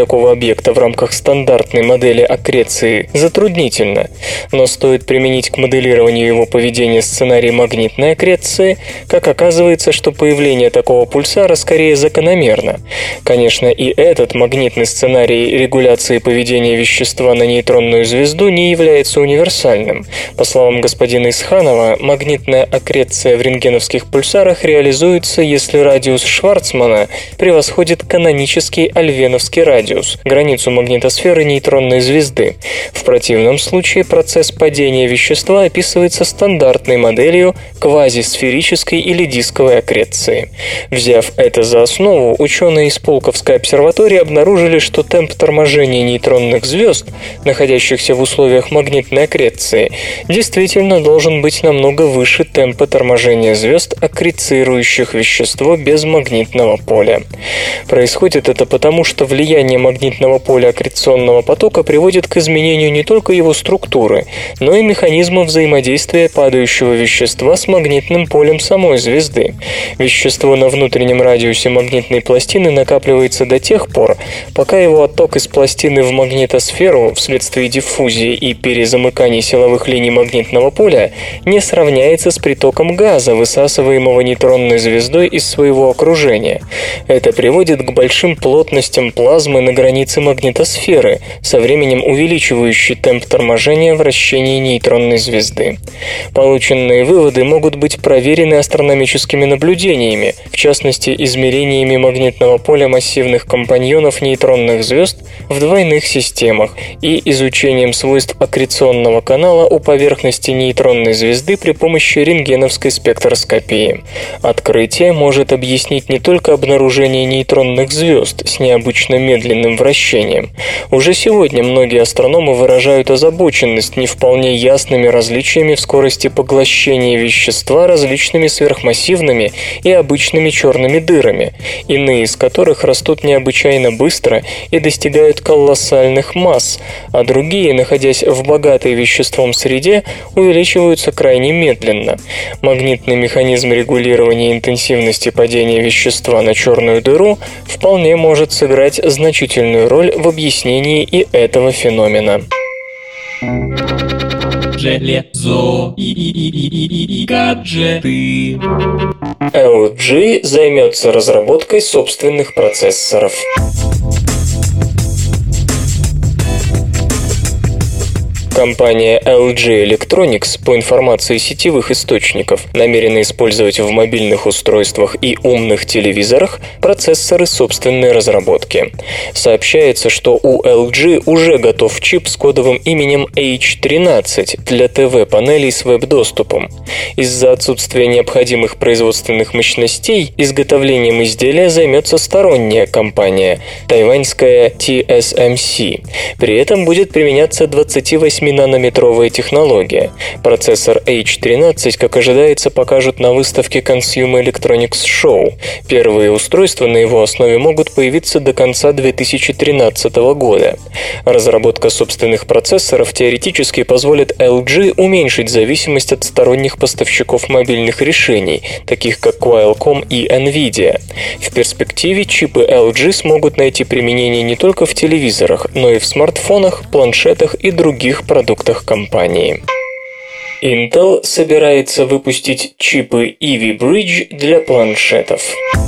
объекта в рамках стандартной модели аккреции затруднительно, но стоит применить к моделированию его поведения сценарий магнитной аккреции, как оказывается, что появление такого пульсара скорее закономерно. Конечно, и этот магнитный сценарий регуляции поведения вещества на нейтронную звезду не является универсальным. По словам господина Исханова, магнитная аккреция в рентгеновских пульсарах реализуется, если радиус Шварцмана превосходит канонический альвеновский радиус, границу магнитосферы нейтронной звезды. В противном случае процесс падения вещества описывается стандартной моделью квазисферической или дисковой аккреции. Взяв это за основу, ученые из Полковской обсерватории обнаружили, что темп торможения нейтронных звезд, находящихся в условиях магнитной аккреции, действительно должен быть намного выше темпа торможения звезд, аккрецирующих вещество без магнитного поля. Происходит это потому, что влияние магнитного поля аккреционного потока приводит к изменению не только его структуры, но и механизма взаимодействия падающего вещества с магнитным полем самой звезды. Вещество на внутреннем радиусе магнитной пластины накапливается до тех пор, пока его отток из пластины в магнитосферу вследствие диффузии и перезамыкания силовых линий магнитного поля не сравняется с притоком газа, высасываемого нейтронной звездой из своего окружения. Это приводит к большим плотностям плазмы на границе магнитосферы, со временем увеличивающий темп торможения вращения нейтронной звезды. Полученные выводы могут быть проверены астрономическими наблюдениями, в частности, измерениями магнитного поля массивных компаньонов нейтронных звезд в двойных системах и изучением свойств аккреционного канала у поверхности нейтронной звезды при помощи рентгеновской спектроскопии. Открытие может объяснить не только обнаружение нейтронных звезд с необычно медленным вращением. Уже сегодня многие астрономы выражают озабоченность не вполне ясными различиями в скорости поглощения вещества различными сверхмассивными и обычными черными дырами, иные из которых растут необычайно быстро и достигают колоссальных масс, а другие, находясь в богатой веществом среде, увеличиваются крайне медленно. Магнитный механизм регулирования интенсивности падения вещества на черную дыру вполне может сыграть значительную роль в объяснении и этого феномена. Железо и гаджеты. LG займется разработкой собственных процессоров. Компания LG Electronics, по информации сетевых источников, намерена использовать в мобильных устройствах и умных телевизорах процессоры собственной разработки. Сообщается, что у LG уже готов чип с кодовым именем H13 для ТВ-панелей с веб-доступом. Из-за отсутствия необходимых производственных мощностей изготовлением изделия займется сторонняя компания, тайваньская TSMC. При этом будет применяться 28-нанометровая технология. Процессор H13, как ожидается, покажут на выставке Consumer Electronics Show. Первые устройства на его основе могут появиться до конца 2013 года. Разработка собственных процессоров теоретически позволит LG уменьшить зависимость от сторонних поставщиков мобильных решений, таких как Qualcomm и Nvidia. В перспективе чипы LG смогут найти применение не только в телевизорах, но и в смартфонах, планшетах и других продуктах компании. Intel собирается выпустить чипы Ivy Bridge для планшетов.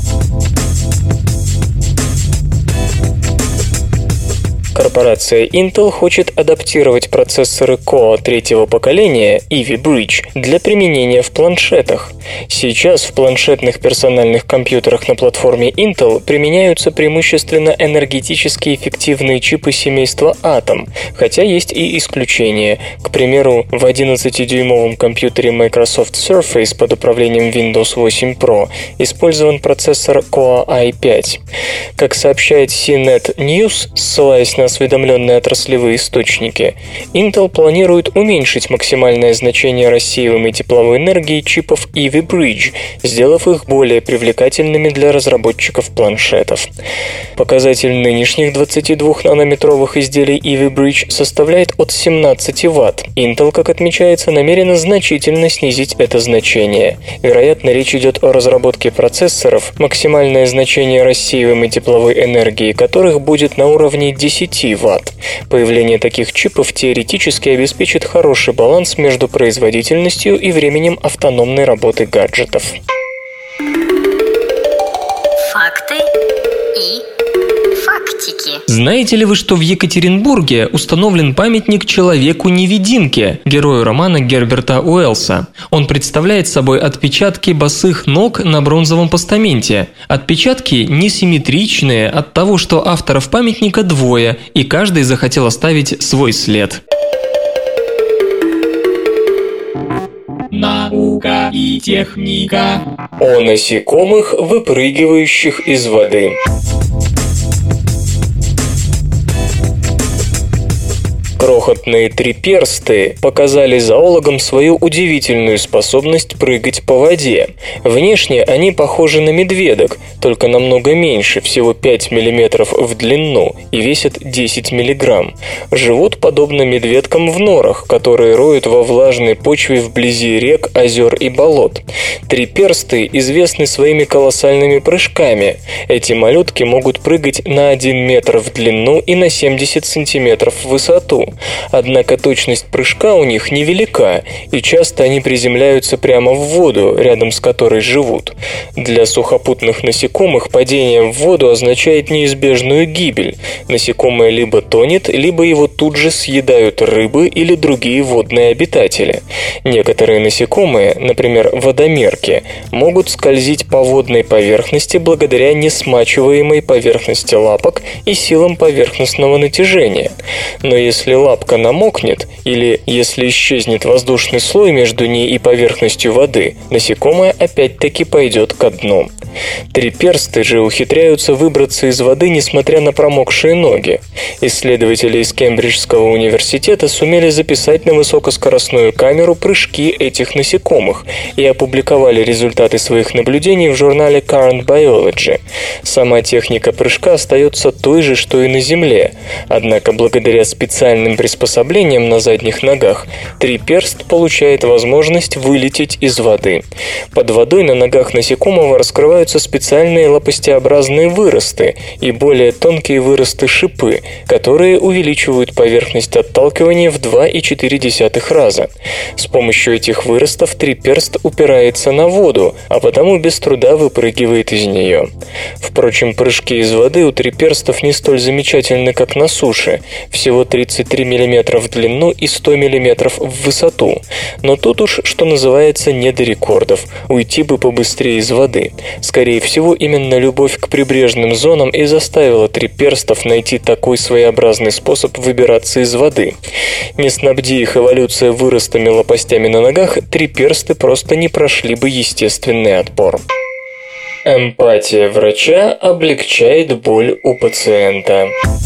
Корпорация Intel хочет адаптировать процессоры Core третьего поколения Ivy Bridge для применения в планшетах. Сейчас в планшетных персональных компьютерах на платформе Intel применяются преимущественно энергетически эффективные чипы семейства Atom, хотя есть и исключения. К примеру, в 11-дюймовом компьютере Microsoft Surface под управлением Windows 8 Pro использован процессор Core i5. Как сообщает CNET News, ссылаясь на осведомленные отраслевые источники, Intel планирует уменьшить максимальное значение рассеиваемой тепловой энергии чипов Ivy Bridge, сделав их более привлекательными для разработчиков планшетов. Показатель нынешних 22-нанометровых изделий Ivy Bridge составляет от 17 Вт. Intel, как отмечается, намерена значительно снизить это значение. Вероятно, речь идет о разработке процессоров, максимальное значение рассеиваемой тепловой энергии которых будет на уровне 10 Вт. Появление таких чипов теоретически обеспечит хороший баланс между производительностью и временем автономной работы гаджетов. Факты и фактики. Знаете ли вы, что в Екатеринбурге установлен памятник человеку-невидимке, герою романа Герберта Уэллса? Он представляет собой отпечатки босых ног на бронзовом постаменте. Отпечатки несимметричные от того, что авторов памятника двое, и каждый захотел оставить свой след. Наука и техника. О насекомых, выпрыгивающих из воды. Крохотные триперсты показали зоологам свою удивительную способность прыгать по воде. Внешне они похожи на медведок, только намного меньше, всего 5 мм в длину, и весят 10 мг. Живут подобно медведкам в норах, которые роют во влажной почве вблизи рек, озер и болот. Триперсты известны своими колоссальными прыжками. Эти малютки могут прыгать на 1 метр в длину и на 70 сантиметров в высоту. Однако точность прыжка у них невелика, и часто они приземляются прямо в воду, рядом с которой живут. Для сухопутных насекомых падение в воду означает неизбежную гибель. Насекомое либо тонет, либо его тут же съедают рыбы или другие водные обитатели. Некоторые насекомые, например, водомерки, могут скользить по водной поверхности благодаря несмачиваемой поверхности лапок и силам поверхностного натяжения. Но если лапка намокнет, или если исчезнет воздушный слой между ней и поверхностью воды, насекомое опять-таки пойдет ко дну. Триперсты же ухитряются выбраться из воды, несмотря на промокшие ноги. Исследователи из Кембриджского университета сумели записать на высокоскоростную камеру прыжки этих насекомых и опубликовали результаты своих наблюдений в журнале Current Biology. Сама техника прыжка остается той же, что и на Земле, однако благодаря специальным приспособлениям на задних ногах триперст получает возможность вылететь из воды. Под водой на ногах насекомого раскрываются специальные лопастеобразные выросты и более тонкие выросты-шипы, которые увеличивают поверхность отталкивания в 2,4 раза. С помощью этих выростов триперст упирается на воду, а потому без труда выпрыгивает из нее. Впрочем, прыжки из воды у триперстов не столь замечательны, как на суше, всего 33 мм в длину и 100 мм в высоту. Но тут уж, что называется, не до рекордов. Уйти бы побыстрее из воды. Скорее всего, именно любовь к прибрежным зонам и заставила триперстов найти такой своеобразный способ выбираться из воды. Не снабди их эволюция выростами лопастями на ногах, триперсты просто не прошли бы естественный отбор. Эмпатия врача облегчает боль у пациента.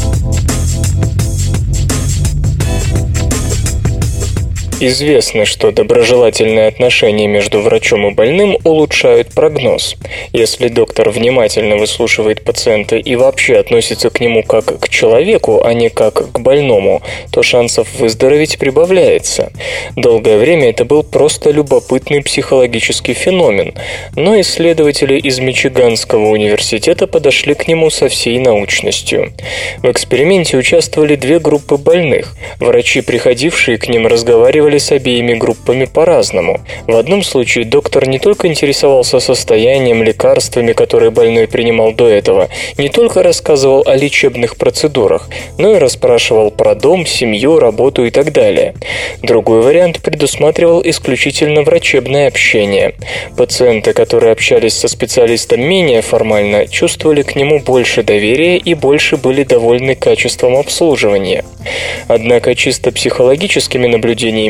Известно, что доброжелательные отношения между врачом и больным улучшают прогноз. Если доктор внимательно выслушивает пациента и вообще относится к нему как к человеку, а не как к больному, то шансов выздороветь прибавляется. Долгое время это был просто любопытный психологический феномен, но исследователи из Мичиганского университета подошли к нему со всей научностью. В эксперименте участвовали две группы больных. Врачи, приходившие к ним, разговаривали с обеими группами по-разному. В одном случае доктор не только интересовался состоянием, лекарствами, которые больной принимал до этого, не только рассказывал о лечебных процедурах, но и расспрашивал про дом, семью, работу и так далее. Другой вариант предусматривал исключительно врачебное общение. Пациенты, которые общались со специалистом менее формально, чувствовали к нему больше доверия и больше были довольны качеством обслуживания. Однако чисто психологическими наблюдениями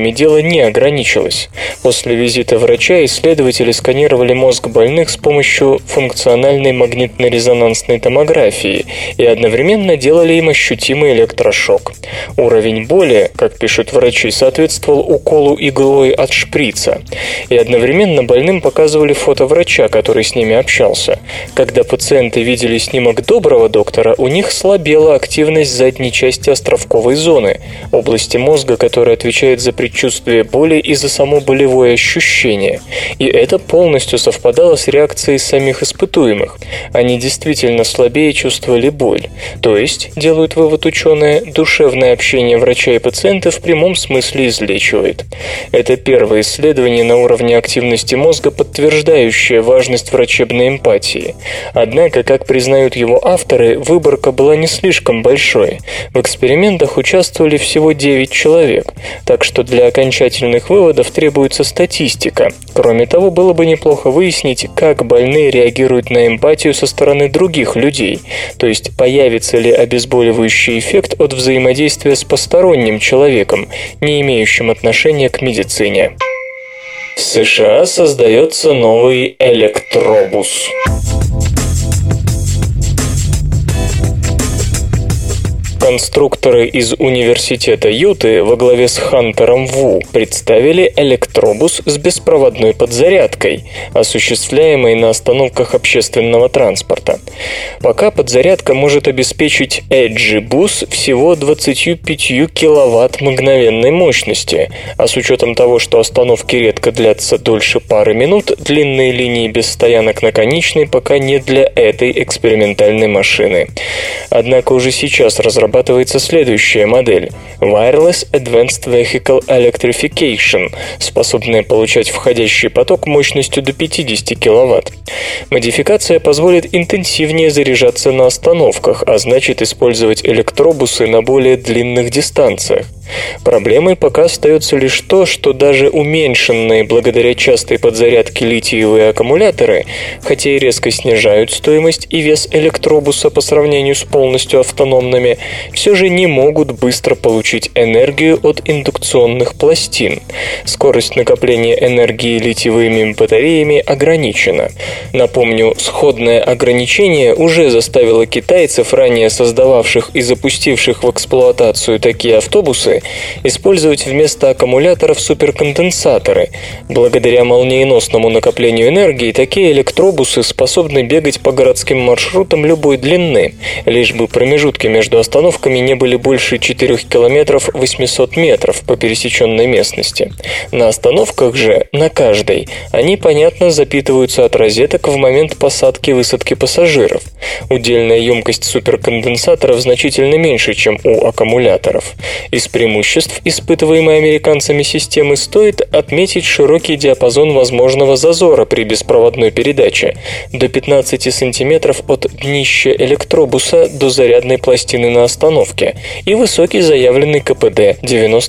исследованиями дело не ограничилось. После визита врача исследователи сканировали мозг больных с помощью функциональной магнитно-резонансной томографии и одновременно делали им ощутимый электрошок. Уровень боли, как пишут врачи, соответствовал уколу иглой от шприца. И одновременно больным показывали фото врача, который с ними общался. Когда пациенты видели снимок доброго доктора, у них слабела активность задней части островковой зоны, области мозга, которая отвечает за предчувствие боли и за само болевое ощущение. И это полностью совпадало с реакцией самих испытуемых. Они действительно слабее чувствовали боль. То есть, делают вывод ученые, душевное общение врача и пациента в прямом смысле излечивает. Это первое исследование на уровне активности мозга, подтверждающее важность врачебной эмпатии. Однако, как признают его авторы, выборка была не слишком большой. В экспериментах участвовали всего 9 человек, так что для окончательных выводов требуется статистика. Кроме того, было бы неплохо выяснить, как больные реагируют на эмпатию со стороны других людей, то есть появится ли обезболивающий эффект от взаимодействия с посторонним человеком, не имеющим отношения к медицине. В США создается новый электробус. Конструкторы из университета Юты во главе с Хантером Ву представили электробус с беспроводной подзарядкой, осуществляемой на остановках общественного транспорта. Пока подзарядка может обеспечить Edge-бус всего 25 киловатт мгновенной мощности, а с учетом того, что остановки редко длятся дольше пары минут, длинные линии без стоянок на конечной пока не для этой экспериментальной машины. Однако уже сейчас разрабатывается следующая модель – Wireless Advanced Vehicle Electrification, способная получать входящий поток мощностью до 50 кВт. Модификация позволит интенсивнее заряжаться на остановках, а значит использовать электробусы на более длинных дистанциях. Проблемой пока остается лишь то, что даже уменьшенные благодаря частой подзарядке литиевые аккумуляторы, хотя и резко снижают стоимость и вес электробуса по сравнению с полностью автономными, все же не могут быстро получить энергию от индукционных пластин. Скорость накопления энергии литиевыми батареями ограничена. Напомню, сходное ограничение уже заставило китайцев, ранее создававших и запустивших в эксплуатацию такие автобусы, использовать вместо аккумуляторов суперконденсаторы. Благодаря молниеносному накоплению энергии такие электробусы способны бегать по городским маршрутам любой длины, лишь бы промежутки между остановками не были больше 4 километров 800 метров по пересеченной местности. На остановках же, на каждой, они, понятно, запитываются от розеток в момент посадки и высадки пассажиров. Удельная емкость суперконденсаторов значительно меньше, чем у аккумуляторов. Из преимуществ испытываемой американцами системы стоит отметить широкий диапазон возможного зазора при беспроводной передаче до 15 см от днища электробуса до зарядной пластины на остановке и высокий заявленный КПД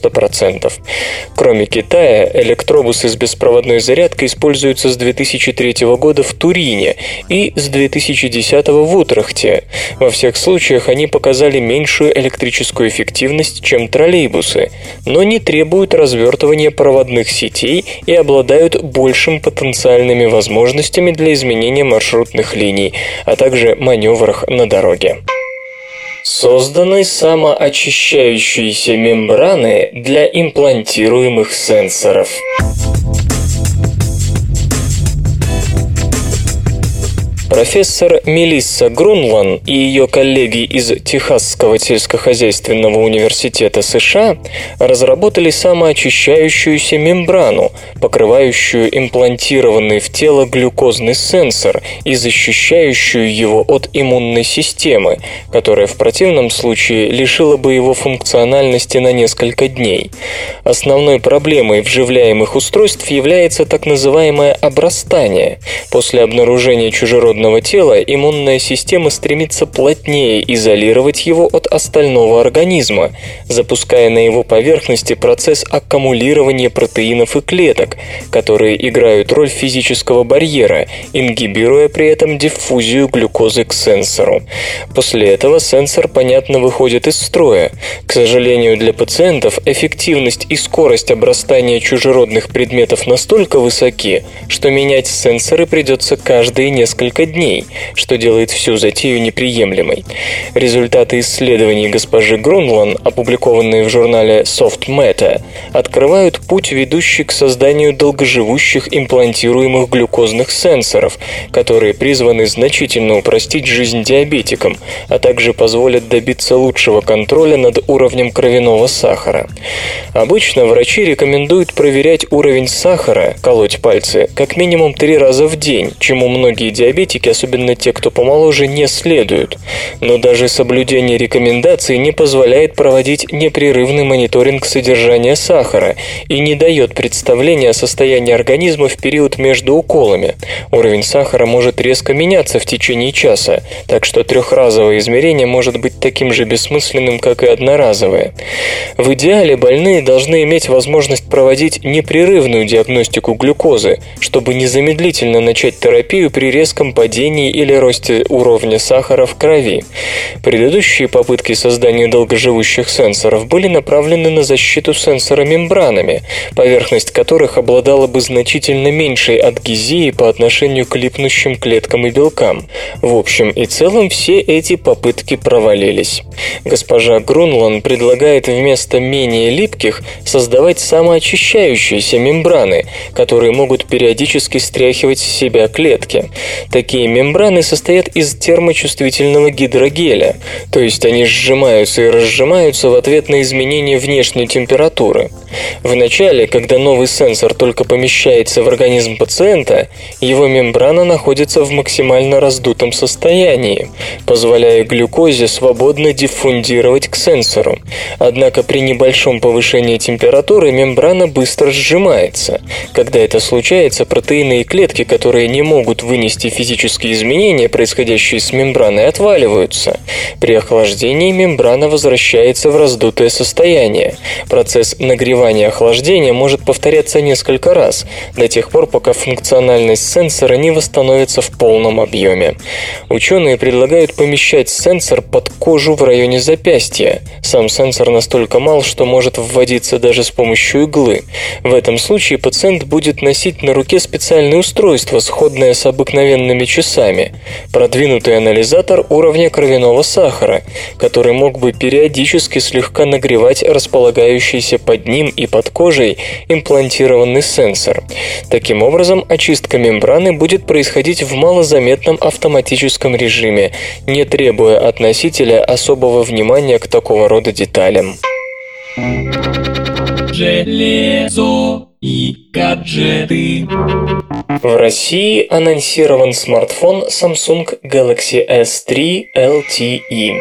90%. Кроме Китая, электробусы с беспроводной зарядкой используются с 2003 года в Турине и с 2010 в Утрехте. Во всех случаях они показали меньшую электрическую эффективность, чем троллейбусы, но не требуют развертывания проводных сетей и обладают большим потенциальными возможностями для изменения маршрутных линий, а также маневрах на дороге. Созданы самоочищающиеся мембраны для имплантируемых сенсоров. Профессор Мелисса Грунлан и ее коллеги из Техасского сельскохозяйственного университета США разработали самоочищающуюся мембрану, покрывающую имплантированный в тело глюкозный сенсор и защищающую его от иммунной системы, которая в противном случае лишила бы его функциональности на несколько дней. Основной проблемой вживляемых устройств является так называемое обрастание. После обнаружения чужеродного зараженного тела иммунная система стремится плотнее изолировать его от остального организма, запуская на его поверхности процесс аккумулирования протеинов и клеток, которые играют роль физического барьера, ингибируя при этом диффузию глюкозы к сенсору. После этого сенсор, понятно, выходит из строя. К сожалению, для пациентов эффективность и скорость обрастания чужеродных предметов настолько высоки, что менять сенсоры придется каждые несколько дней, что делает всю затею неприемлемой. Результаты исследований госпожи Грунлан, опубликованные в журнале Soft Matter, открывают путь, ведущий к созданию долгоживущих имплантируемых глюкозных сенсоров, которые призваны значительно упростить жизнь диабетикам, а также позволят добиться лучшего контроля над уровнем кровяного сахара. Обычно врачи рекомендуют проверять уровень сахара, колоть пальцы, как минимум 3 раза в день, чему многие диабетики, особенно те, кто помоложе, не следуют. Но даже соблюдение рекомендаций не позволяет проводить непрерывный мониторинг содержания сахара и не дает представления о состоянии организма в период между уколами. Уровень сахара может резко меняться в течение часа, так что 3-разовое измерение может быть таким же бессмысленным, как и одноразовое. В идеале больные должны иметь возможность проводить непрерывную диагностику глюкозы, чтобы незамедлительно начать терапию при резком падении или росте уровня сахара в крови. Предыдущие попытки создания долгоживущих сенсоров были направлены на защиту сенсора мембранами, поверхность которых обладала бы значительно меньшей адгезией по отношению к липнущим клеткам и белкам. В общем и целом все эти попытки провалились. Госпожа Грунлан предлагает вместо менее липких создавать самоочищающиеся мембраны, которые могут периодически стряхивать с себя клетки. Такие мембраны состоят из термочувствительного гидрогеля, то есть они сжимаются и разжимаются в ответ на изменение внешней температуры. Вначале, когда новый сенсор только помещается в организм пациента, его мембрана находится в максимально раздутом состоянии, позволяя глюкозе свободно диффундировать к сенсору. Однако при небольшом повышении температуры мембрана быстро сжимается. Когда это случается, протеины и клетки, которые не могут вынести физические изменения, происходящие с мембраной, отваливаются. При охлаждении мембрана возвращается в раздутое состояние. Процесс нагревания-охлаждения может повторяться несколько раз, до тех пор, пока функциональность сенсора не восстановится в полном объеме. Ученые предлагают помещать сенсор под кожу в районе запястья. Сам сенсор настолько мал, что может вводиться даже с помощью иглы. В этом случае пациент будет носить на руке специальное устройство, сходное с обыкновенными часами, продвинутый анализатор уровня кровяного сахара, который мог бы периодически слегка нагревать располагающийся под ним и под кожей имплантированный сенсор. Таким образом, очистка мембраны будет происходить в малозаметном автоматическом режиме, не требуя от носителя особого внимания к такого рода деталям. Железо и гаджеты. В России анонсирован смартфон Samsung Galaxy S3 LTE.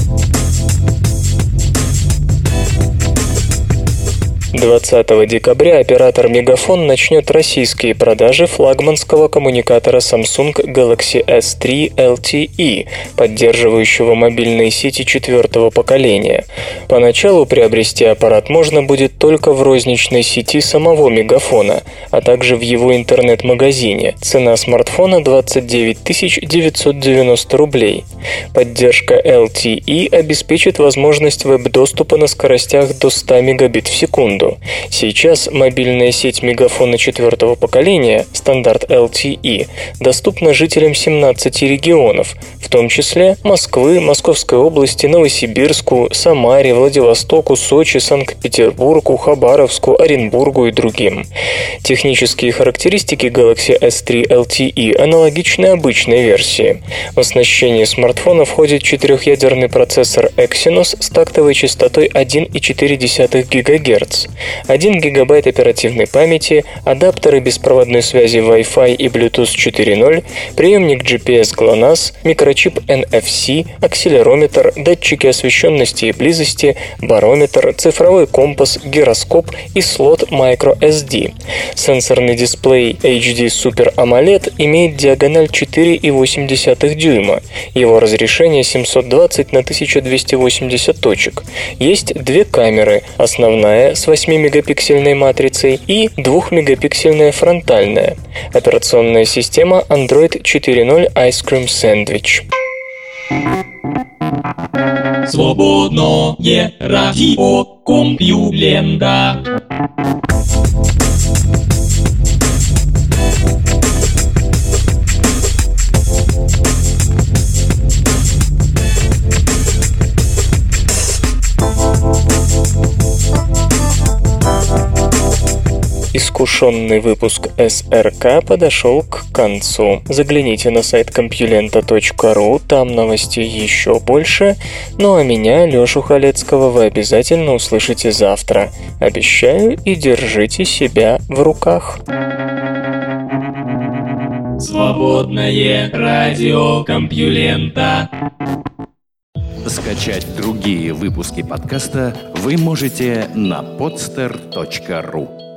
20 декабря оператор Мегафон начнет российские продажи флагманского коммуникатора Samsung Galaxy S3 LTE, поддерживающего мобильные сети 4-го поколения. Поначалу приобрести аппарат можно будет только в розничной сети самого Мегафона, а также в его интернет-магазине. Цена смартфона 29 990 рублей. Поддержка LTE обеспечит возможность веб-доступа на скоростях до 100 мегабит в секунду. Сейчас мобильная сеть Мегафона 4-го поколения, стандарт LTE, доступна жителям 17 регионов, в том числе Москвы, Московской области, Новосибирску, Самаре, Владивостоку, Сочи, Санкт-Петербургу, Хабаровску, Оренбургу и другим. Технические характеристики Galaxy S3 LTE аналогичны обычной версии. В оснащении смартфона входит 4-ядерный процессор Exynos с тактовой частотой 1,4 ГГц. 1 гигабайт оперативной памяти, адаптеры беспроводной связи Wi-Fi и Bluetooth 4.0, приемник GPS GLONASS, микрочип NFC, акселерометр, датчики освещенности и близости, барометр, цифровой компас, гироскоп и слот microSD. Сенсорный дисплей HD Super AMOLED имеет диагональ 4,8 дюйма. Его разрешение 720 на 1280 точек. Есть две камеры, основная с 8-мегапиксельной матрицей и 2-мегапиксельная фронтальная. Операционная система Android 4.0 Ice Cream Sandwich. Свободное радио Компьюлента. Искушенный выпуск СРК подошел к концу. Загляните на сайт compulenta.ru, там новостей еще больше. Ну а меня, Лешу Халецкого, вы обязательно услышите завтра. Обещаю, и держите себя в руках. Свободное радио Компьюлента. Скачать другие выпуски подкаста вы можете на podster.ru.